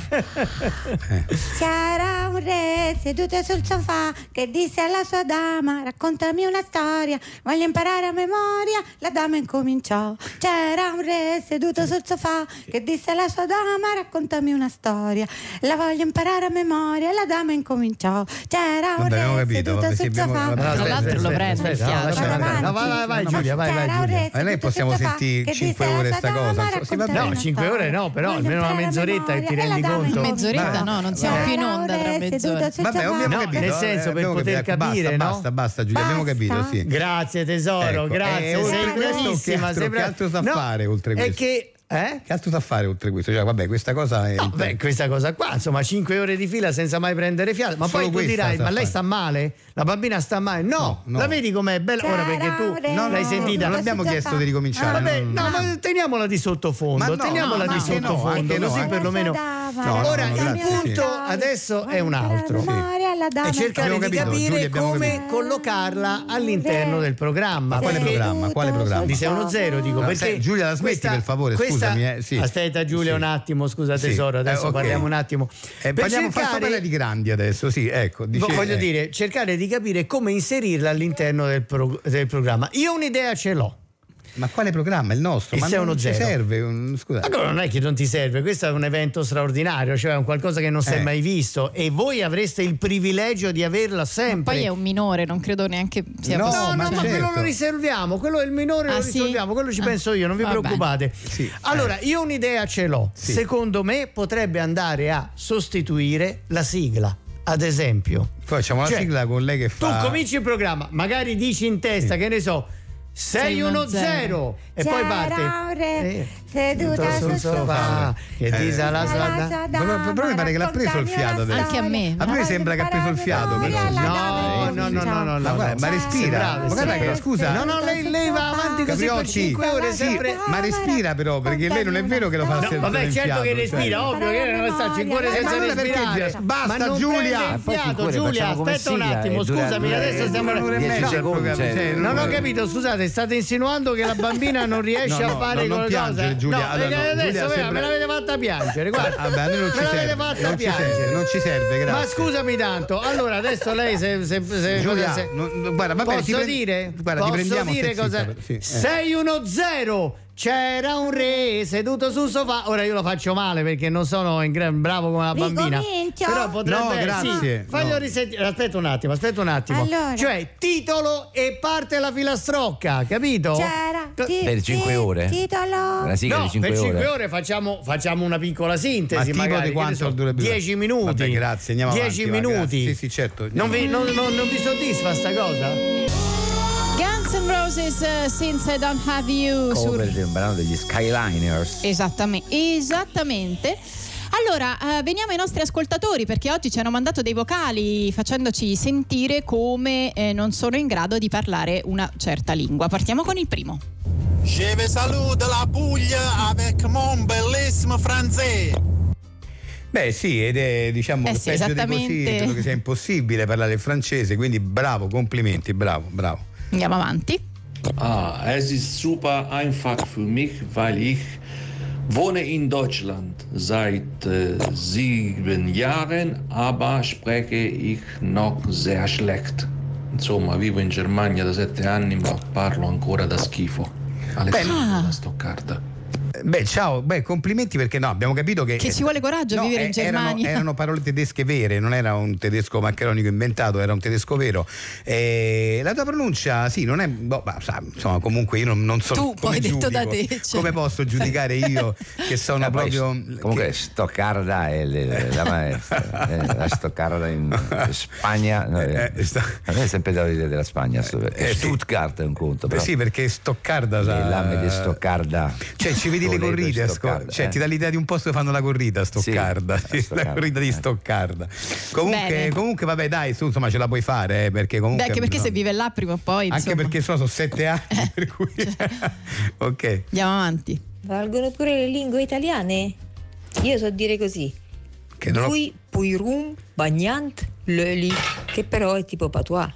[SPEAKER 10] C'era un re seduto sul sofà che disse alla sua dama: raccontami una storia, voglio imparare a memoria. La dama incominciò. C'era un re seduto sul sofà che disse alla sua dama: raccontami una storia, la voglio imparare a memoria. La dama incominciò. C'era un
[SPEAKER 3] Vabbè, abbiamo
[SPEAKER 10] re
[SPEAKER 3] capito,
[SPEAKER 10] seduto
[SPEAKER 3] vabbè, sì,
[SPEAKER 10] sul
[SPEAKER 3] abbiamo-
[SPEAKER 10] sofà.
[SPEAKER 3] vabbè,
[SPEAKER 2] Tra l'altro lo prende il
[SPEAKER 5] aspetta,
[SPEAKER 2] fiato.
[SPEAKER 5] lascia
[SPEAKER 10] Vado
[SPEAKER 5] andare.
[SPEAKER 10] avanti.
[SPEAKER 5] No, vai, vai, vai, Giulia, vai, vai,
[SPEAKER 10] C'era un
[SPEAKER 5] Giulia.
[SPEAKER 10] re
[SPEAKER 3] Ma noi
[SPEAKER 10] seduto
[SPEAKER 3] possiamo
[SPEAKER 10] sul sofà
[SPEAKER 3] sentire
[SPEAKER 10] che
[SPEAKER 3] cinque
[SPEAKER 10] disse alla
[SPEAKER 3] ore
[SPEAKER 10] sua
[SPEAKER 3] sta
[SPEAKER 10] dama:
[SPEAKER 3] cosa? Sì,
[SPEAKER 10] raccontami
[SPEAKER 3] vabbè.
[SPEAKER 5] No,
[SPEAKER 10] una
[SPEAKER 5] cinque
[SPEAKER 10] storia,
[SPEAKER 5] ore no, però
[SPEAKER 10] voglio
[SPEAKER 5] almeno una
[SPEAKER 10] imparare a
[SPEAKER 5] mezz'oretta e ti
[SPEAKER 10] memoria.
[SPEAKER 5] rendi
[SPEAKER 10] E la dama
[SPEAKER 5] conto.
[SPEAKER 2] Mezz'oretta
[SPEAKER 10] incominciò.
[SPEAKER 2] no, non siamo
[SPEAKER 10] C'era
[SPEAKER 2] più in
[SPEAKER 10] un
[SPEAKER 2] onda
[SPEAKER 10] re
[SPEAKER 2] tra
[SPEAKER 10] seduto
[SPEAKER 2] mezz'ora.
[SPEAKER 10] sul
[SPEAKER 3] Vabbè,
[SPEAKER 10] sofà.
[SPEAKER 3] abbiamo
[SPEAKER 5] No,
[SPEAKER 3] capito.
[SPEAKER 5] nel senso,
[SPEAKER 3] eh,
[SPEAKER 5] per
[SPEAKER 3] abbiamo
[SPEAKER 5] poter
[SPEAKER 3] capito.
[SPEAKER 5] capire,
[SPEAKER 3] basta,
[SPEAKER 5] no?
[SPEAKER 3] Basta, basta, Giulia, abbiamo
[SPEAKER 10] Basta.
[SPEAKER 3] capito, sì.
[SPEAKER 5] Grazie tesoro,
[SPEAKER 3] Ecco,
[SPEAKER 5] grazie.
[SPEAKER 3] e oltre
[SPEAKER 5] sei
[SPEAKER 3] questo,
[SPEAKER 5] bravissima,
[SPEAKER 3] che altro-
[SPEAKER 5] sei
[SPEAKER 3] che
[SPEAKER 5] brav-
[SPEAKER 3] altro sa
[SPEAKER 5] No,
[SPEAKER 3] fare oltre
[SPEAKER 5] È
[SPEAKER 3] questo?
[SPEAKER 5] che Eh?
[SPEAKER 3] Che altro da fare oltre questo? Cioè, vabbè, questa cosa è.
[SPEAKER 5] No, beh, questa cosa qua, insomma, cinque ore di fila senza mai prendere fiato. Ma
[SPEAKER 3] Solo
[SPEAKER 5] poi tu dirai, ma lei
[SPEAKER 3] fare.
[SPEAKER 5] sta male? La bambina sta male? No,
[SPEAKER 3] No, no.
[SPEAKER 5] la vedi com'è bella? Ora perché tu
[SPEAKER 3] No,
[SPEAKER 5] l'hai
[SPEAKER 3] no,
[SPEAKER 5] sentita.
[SPEAKER 3] non abbiamo chiesto di ricominciare.
[SPEAKER 5] Ah, vabbè,
[SPEAKER 3] non-
[SPEAKER 5] no, ma teniamola di sottofondo.
[SPEAKER 3] Ma no,
[SPEAKER 5] teniamola
[SPEAKER 3] no,
[SPEAKER 5] di
[SPEAKER 3] anche no,
[SPEAKER 5] sottofondo,
[SPEAKER 3] anche no,
[SPEAKER 5] così
[SPEAKER 3] anche-
[SPEAKER 5] perlomeno.
[SPEAKER 3] No, no,
[SPEAKER 5] Ora
[SPEAKER 3] no,
[SPEAKER 5] il
[SPEAKER 3] grazie,
[SPEAKER 5] punto
[SPEAKER 3] sì.
[SPEAKER 5] adesso è un altro. È cercare
[SPEAKER 3] Abbiamo
[SPEAKER 5] di
[SPEAKER 3] capito,
[SPEAKER 5] capire
[SPEAKER 3] Giulia, abbiamo
[SPEAKER 5] come
[SPEAKER 3] capito.
[SPEAKER 5] collocarla all'interno del programma.
[SPEAKER 3] Ma quale
[SPEAKER 5] Perché-
[SPEAKER 3] programma? Quale programma?
[SPEAKER 5] Di sei uno zero, dico,
[SPEAKER 3] No,
[SPEAKER 5] perché
[SPEAKER 3] sai, Giulia, la smetti,
[SPEAKER 5] questa-
[SPEAKER 3] per favore,
[SPEAKER 5] questa-
[SPEAKER 3] scusami, eh, sì.
[SPEAKER 5] Aspetta Giulia
[SPEAKER 3] Sì.
[SPEAKER 5] un attimo, scusa
[SPEAKER 3] Sì.
[SPEAKER 5] tesoro, adesso
[SPEAKER 3] Eh, ok.
[SPEAKER 5] parliamo un attimo.
[SPEAKER 3] Eh,
[SPEAKER 5] Per
[SPEAKER 3] parliamo, fa- fa
[SPEAKER 5] cercare-
[SPEAKER 3] parlare di grandi adesso, sì, ecco. dice-
[SPEAKER 5] voglio
[SPEAKER 3] eh.
[SPEAKER 5] dire, cercare di capire come inserirla all'interno del, pro- del programma. Io un'idea ce l'ho.
[SPEAKER 3] Ma quale programma? Il nostro?
[SPEAKER 5] Il
[SPEAKER 3] Ma
[SPEAKER 5] sei
[SPEAKER 3] non
[SPEAKER 5] uno
[SPEAKER 3] ci
[SPEAKER 5] zero.
[SPEAKER 3] serve. un- Scusa.
[SPEAKER 5] Ma non è che non ti serve, questo è un evento straordinario, cioè è un qualcosa che non si è
[SPEAKER 3] Eh.
[SPEAKER 5] mai visto e voi avreste il privilegio di averla sempre.
[SPEAKER 2] Poi è un minore, non credo neanche sia
[SPEAKER 5] No,
[SPEAKER 2] possibile.
[SPEAKER 5] no, ma
[SPEAKER 3] certo.
[SPEAKER 5] quello lo riserviamo, quello è il minore,
[SPEAKER 2] Ah,
[SPEAKER 5] lo
[SPEAKER 2] sì?
[SPEAKER 5] risolviamo, quello ci
[SPEAKER 2] Ah,
[SPEAKER 5] penso io, non vi
[SPEAKER 2] va
[SPEAKER 5] preoccupate.
[SPEAKER 3] Sì,
[SPEAKER 5] Allora, io un'idea ce l'ho.
[SPEAKER 3] Sì.
[SPEAKER 5] Secondo me potrebbe andare a sostituire la sigla, ad esempio.
[SPEAKER 3] Poi facciamo la
[SPEAKER 5] Cioè,
[SPEAKER 3] sigla con lei che fa.
[SPEAKER 5] Tu cominci il programma, magari dici in testa, che ne so, sei uno zero e poi parte. Eh,
[SPEAKER 10] seduta
[SPEAKER 5] sul sofà che ti sa la sua.
[SPEAKER 3] Però, però mi pare che l'ha preso il fiato adesso.
[SPEAKER 2] Anche a me.
[SPEAKER 3] A me sembra che ha preso il fiato, però.
[SPEAKER 5] No, no, no, no, no,
[SPEAKER 3] Ma, guarda, ma respira.
[SPEAKER 5] Brava,
[SPEAKER 3] Ma guarda
[SPEAKER 5] sì.
[SPEAKER 3] che scusa.
[SPEAKER 5] No, no, lei, lei va avanti così per
[SPEAKER 3] Capriotti,
[SPEAKER 5] cinque ore
[SPEAKER 3] sì,
[SPEAKER 5] sempre.
[SPEAKER 3] ma respira però, perché lei non è vero che lo fa
[SPEAKER 5] No,
[SPEAKER 3] sempre
[SPEAKER 5] vabbè,
[SPEAKER 3] in
[SPEAKER 5] certo
[SPEAKER 3] fiato,
[SPEAKER 5] che respira,
[SPEAKER 3] cioè.
[SPEAKER 5] ovvio che non sta cinque ore
[SPEAKER 3] Eh, ma
[SPEAKER 5] senza
[SPEAKER 3] allora perché
[SPEAKER 5] respirare.
[SPEAKER 3] gira? Basta,
[SPEAKER 5] Ma non
[SPEAKER 3] Giulia!
[SPEAKER 5] prende il
[SPEAKER 4] Ma poi
[SPEAKER 5] fiato,
[SPEAKER 4] cinque ore
[SPEAKER 5] Giulia,
[SPEAKER 4] facciamo come
[SPEAKER 5] aspetta un
[SPEAKER 4] sigla,
[SPEAKER 5] attimo,
[SPEAKER 4] e dura
[SPEAKER 5] scusami,
[SPEAKER 4] due-
[SPEAKER 5] adesso stiamo
[SPEAKER 3] un'ora e
[SPEAKER 4] dieci
[SPEAKER 3] mezza,
[SPEAKER 4] secondi,
[SPEAKER 3] proprio,
[SPEAKER 4] cioè,
[SPEAKER 3] cioè,
[SPEAKER 5] Non ho capito, scusate, state insinuando che la bambina non riesce
[SPEAKER 3] No, no,
[SPEAKER 5] a fare
[SPEAKER 3] no, non
[SPEAKER 5] qualcosa?
[SPEAKER 3] piangere, Giulia.
[SPEAKER 5] No,
[SPEAKER 3] Allora,
[SPEAKER 5] perché
[SPEAKER 3] no,
[SPEAKER 5] adesso
[SPEAKER 3] Giulia,
[SPEAKER 5] vedi,
[SPEAKER 3] sembra-
[SPEAKER 5] me l'avete fatta piangere, guarda.
[SPEAKER 3] Vabbè, a noi non ci
[SPEAKER 5] me l'avete
[SPEAKER 3] serve,
[SPEAKER 5] fatta
[SPEAKER 3] non ci
[SPEAKER 5] piangere.
[SPEAKER 3] serve, non ci serve, grazie.
[SPEAKER 5] Ma scusami tanto, allora adesso lei se, se, se,
[SPEAKER 3] Giulia,
[SPEAKER 5] se-
[SPEAKER 3] non- guarda, va bene,
[SPEAKER 5] posso
[SPEAKER 3] ti pre-
[SPEAKER 5] dire?
[SPEAKER 3] guarda, ti
[SPEAKER 5] posso
[SPEAKER 3] prendiamo
[SPEAKER 5] dire
[SPEAKER 3] se
[SPEAKER 5] cosa?
[SPEAKER 3] zitta, sì, eh.
[SPEAKER 5] sei uno zero. C'era un re seduto sul sofà. Ora io lo faccio male perché non sono in gran- bravo come la bambina.
[SPEAKER 10] Ricomincio?
[SPEAKER 5] Però potrebbe
[SPEAKER 3] No, grazie,
[SPEAKER 5] sì, faglielo
[SPEAKER 3] no.
[SPEAKER 5] risentire. Aspetta un attimo, aspetta un attimo.
[SPEAKER 10] Allora.
[SPEAKER 5] Cioè, titolo e parte la filastrocca, capito?
[SPEAKER 10] C'era ti-
[SPEAKER 4] Per cinque
[SPEAKER 10] ti-
[SPEAKER 4] ore?
[SPEAKER 10] Titolo.
[SPEAKER 4] La sigla
[SPEAKER 5] No,
[SPEAKER 4] di cinque
[SPEAKER 5] per
[SPEAKER 4] ore.
[SPEAKER 5] cinque ore facciamo, facciamo una piccola
[SPEAKER 3] Ma
[SPEAKER 5] sintesi.
[SPEAKER 3] tipo
[SPEAKER 5] magari,
[SPEAKER 3] di
[SPEAKER 5] che ne
[SPEAKER 3] quanto
[SPEAKER 5] so,
[SPEAKER 3] dovrebbe durare?
[SPEAKER 5] dieci minuti.
[SPEAKER 3] Vabbè, grazie, andiamo
[SPEAKER 5] dieci
[SPEAKER 3] avanti, va,
[SPEAKER 5] minuti.
[SPEAKER 3] grazie. Sì, sì, certo, andiamo
[SPEAKER 5] Non vi, non, non- non vi soddisfa sta cosa?
[SPEAKER 2] Guns N' Roses, eh, Since I Don't Have You. su-
[SPEAKER 4] Cover del brano degli Skyliners.
[SPEAKER 2] Esattamente, esattamente. Allora, eh, veniamo ai nostri ascoltatori perché oggi ci hanno mandato dei vocali facendoci sentire come eh, non sono in grado di parlare una certa lingua. Partiamo con il primo.
[SPEAKER 12] Je vi saluto la Puglia avec mon bellissimo francese.
[SPEAKER 3] Beh sì, ed è diciamo
[SPEAKER 2] Eh
[SPEAKER 3] che
[SPEAKER 2] sì,
[SPEAKER 3] peggio di
[SPEAKER 2] esattamente.
[SPEAKER 3] così credo che sia impossibile parlare il francese, quindi bravo, complimenti, bravo, bravo.
[SPEAKER 2] Andiamo avanti.
[SPEAKER 13] Ah, es ist super einfach für mich, weil ich wohne in Deutschland seit äh, sieben Jahren, aber spreche ich noch sehr schlecht. Insomma, vivo in Germania da sette anni, ma parlo ancora da schifo. Alessandro
[SPEAKER 2] Ah.
[SPEAKER 13] da Stoccarda.
[SPEAKER 3] Beh, ciao, beh, complimenti perché no, abbiamo capito che.
[SPEAKER 2] Che ci vuole coraggio a
[SPEAKER 3] No,
[SPEAKER 2] vivere in
[SPEAKER 3] eh, erano-
[SPEAKER 2] Germania.
[SPEAKER 3] Erano, parole tedesche vere, non era un tedesco maccheronico inventato, era un tedesco vero. Eh, la tua pronuncia, sì, non è. Boh, ma, sa, insomma, comunque io non, non so.
[SPEAKER 2] Tu,
[SPEAKER 3] come
[SPEAKER 2] poi detto da
[SPEAKER 3] giudico.
[SPEAKER 2] te, cioè.
[SPEAKER 3] Come posso giudicare io che sono
[SPEAKER 4] Eh, poi,
[SPEAKER 3] proprio.
[SPEAKER 4] comunque
[SPEAKER 3] che-
[SPEAKER 4] Stoccarda è le- la maestra, eh, la Stoccarda in Spagna, no, eh,
[SPEAKER 3] Eh, sta-
[SPEAKER 4] a me è sempre dato l'idea della Spagna, sto-
[SPEAKER 3] Eh, sì.
[SPEAKER 4] Stuttgart è un conto,
[SPEAKER 3] Beh,
[SPEAKER 4] però
[SPEAKER 3] sì, perché Stoccarda
[SPEAKER 4] le
[SPEAKER 3] sa-
[SPEAKER 4] lame di Stoccarda,
[SPEAKER 3] Cioè ci vedi le
[SPEAKER 4] Toledo e
[SPEAKER 3] corride, sco-
[SPEAKER 4] Stoccarda,
[SPEAKER 3] cioè
[SPEAKER 4] eh.
[SPEAKER 3] ti dà l'idea di un posto dove fanno la corrida a Stoccarda,
[SPEAKER 4] Sì, a
[SPEAKER 3] sì, la
[SPEAKER 4] Stoccarda,
[SPEAKER 3] corrida di
[SPEAKER 4] eh.
[SPEAKER 3] Stoccarda. Comunque,
[SPEAKER 2] Bene.
[SPEAKER 3] comunque vabbè dai, su, insomma ce la puoi fare eh, perché comunque
[SPEAKER 2] Beh, anche perché
[SPEAKER 3] no.
[SPEAKER 2] se vive là prima o poi.
[SPEAKER 3] Anche
[SPEAKER 2] insomma.
[SPEAKER 3] perché so, sono sette anni, per cui ok.
[SPEAKER 2] Andiamo avanti.
[SPEAKER 14] Valgono pure le lingue italiane? Io so dire così.
[SPEAKER 3] Che non ho-
[SPEAKER 14] Pui, puirum, bagnant, leli, che però è tipo patois.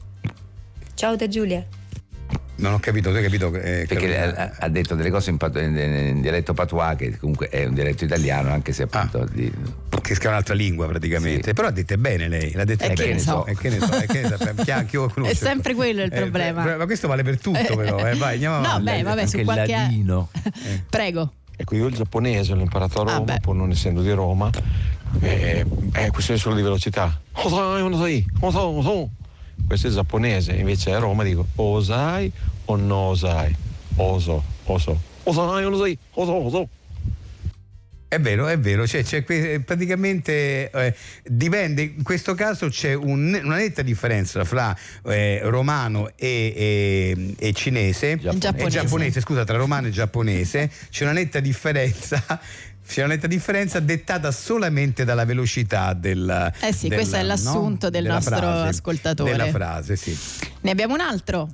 [SPEAKER 14] Ciao da Giulia.
[SPEAKER 3] Non ho capito, tu hai capito? Eh,
[SPEAKER 4] perché
[SPEAKER 3] Carolina?
[SPEAKER 4] ha, ha detto delle cose in, pat- in- in dialetto patois, che comunque è un dialetto italiano, anche se appunto di,
[SPEAKER 3] che è un'altra lingua praticamente,
[SPEAKER 4] Sì.
[SPEAKER 3] però ha dette bene lei, l'ha detta
[SPEAKER 2] E
[SPEAKER 3] bene.
[SPEAKER 2] che ne so.
[SPEAKER 3] E che ne so, e che ne so, chi ha- chi lo conosce?
[SPEAKER 2] È sempre quello il
[SPEAKER 3] Eh,
[SPEAKER 2] problema.
[SPEAKER 3] beh, ma questo vale per tutto però, eh, vai, andiamo
[SPEAKER 2] No,
[SPEAKER 3] avanti.
[SPEAKER 2] beh, vabbè, su
[SPEAKER 4] anche il
[SPEAKER 2] qualche.
[SPEAKER 4] ladino.
[SPEAKER 2] Prego.
[SPEAKER 15] Ecco, io il giapponese l'ho imparato a
[SPEAKER 2] Ah,
[SPEAKER 15] Roma,
[SPEAKER 2] beh.
[SPEAKER 15] pur non essendo di Roma, eh, è questione solo di velocità. Osai, osai, osai, osai. Questo è il giapponese, invece a Roma dico osai o no osai, oso, oso, osai, osai, oso, oso.
[SPEAKER 3] È vero, è vero, cioè, c'è que- praticamente eh, dipende, in questo caso c'è un, una netta differenza fra eh, romano e, e, e cinese,
[SPEAKER 2] giapponese.
[SPEAKER 3] e giapponese, scusa, tra romano e giapponese c'è una netta differenza. C'è una netta differenza dettata solamente dalla velocità del.
[SPEAKER 2] Eh sì,
[SPEAKER 3] del,
[SPEAKER 2] questo è l'assunto
[SPEAKER 3] no?
[SPEAKER 2] del
[SPEAKER 3] della
[SPEAKER 2] nostro
[SPEAKER 3] frase,
[SPEAKER 2] ascoltatore.
[SPEAKER 3] Della frase, sì.
[SPEAKER 2] Ne abbiamo un altro.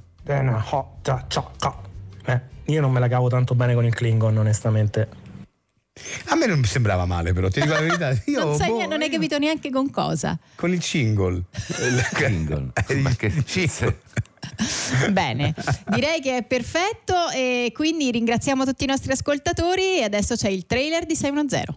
[SPEAKER 16] Eh, io non me la cavo tanto bene con il Klingon, onestamente.
[SPEAKER 3] A me non mi sembrava male, però, ti dico la verità. Io,
[SPEAKER 2] non, sai,
[SPEAKER 3] boh,
[SPEAKER 2] non hai capito neanche con cosa.
[SPEAKER 3] Con il cingle. Il
[SPEAKER 4] Klingon. Ma che
[SPEAKER 3] cingle.
[SPEAKER 2] Bene, direi che è perfetto e quindi ringraziamo tutti i nostri ascoltatori e adesso c'è il trailer di sei uno zero.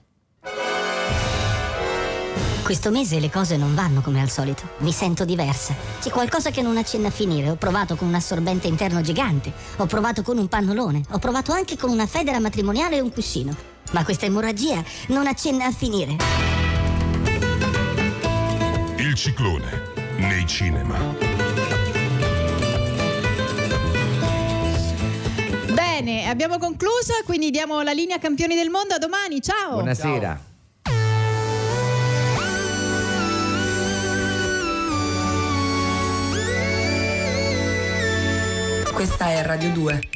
[SPEAKER 17] Questo mese le cose non vanno come al solito. Mi sento diversa. C'è qualcosa che non accenna a finire. Ho provato con un assorbente interno gigante. Ho provato con un pannolone. Ho provato anche con una federa matrimoniale e un cuscino. Ma questa emorragia non accenna a finire.
[SPEAKER 18] Il ciclone nei cinema.
[SPEAKER 2] Bene, abbiamo concluso, quindi diamo la linea campioni del mondo. A domani, ciao.
[SPEAKER 4] Buonasera. Ciao.
[SPEAKER 1] Questa è Radio due.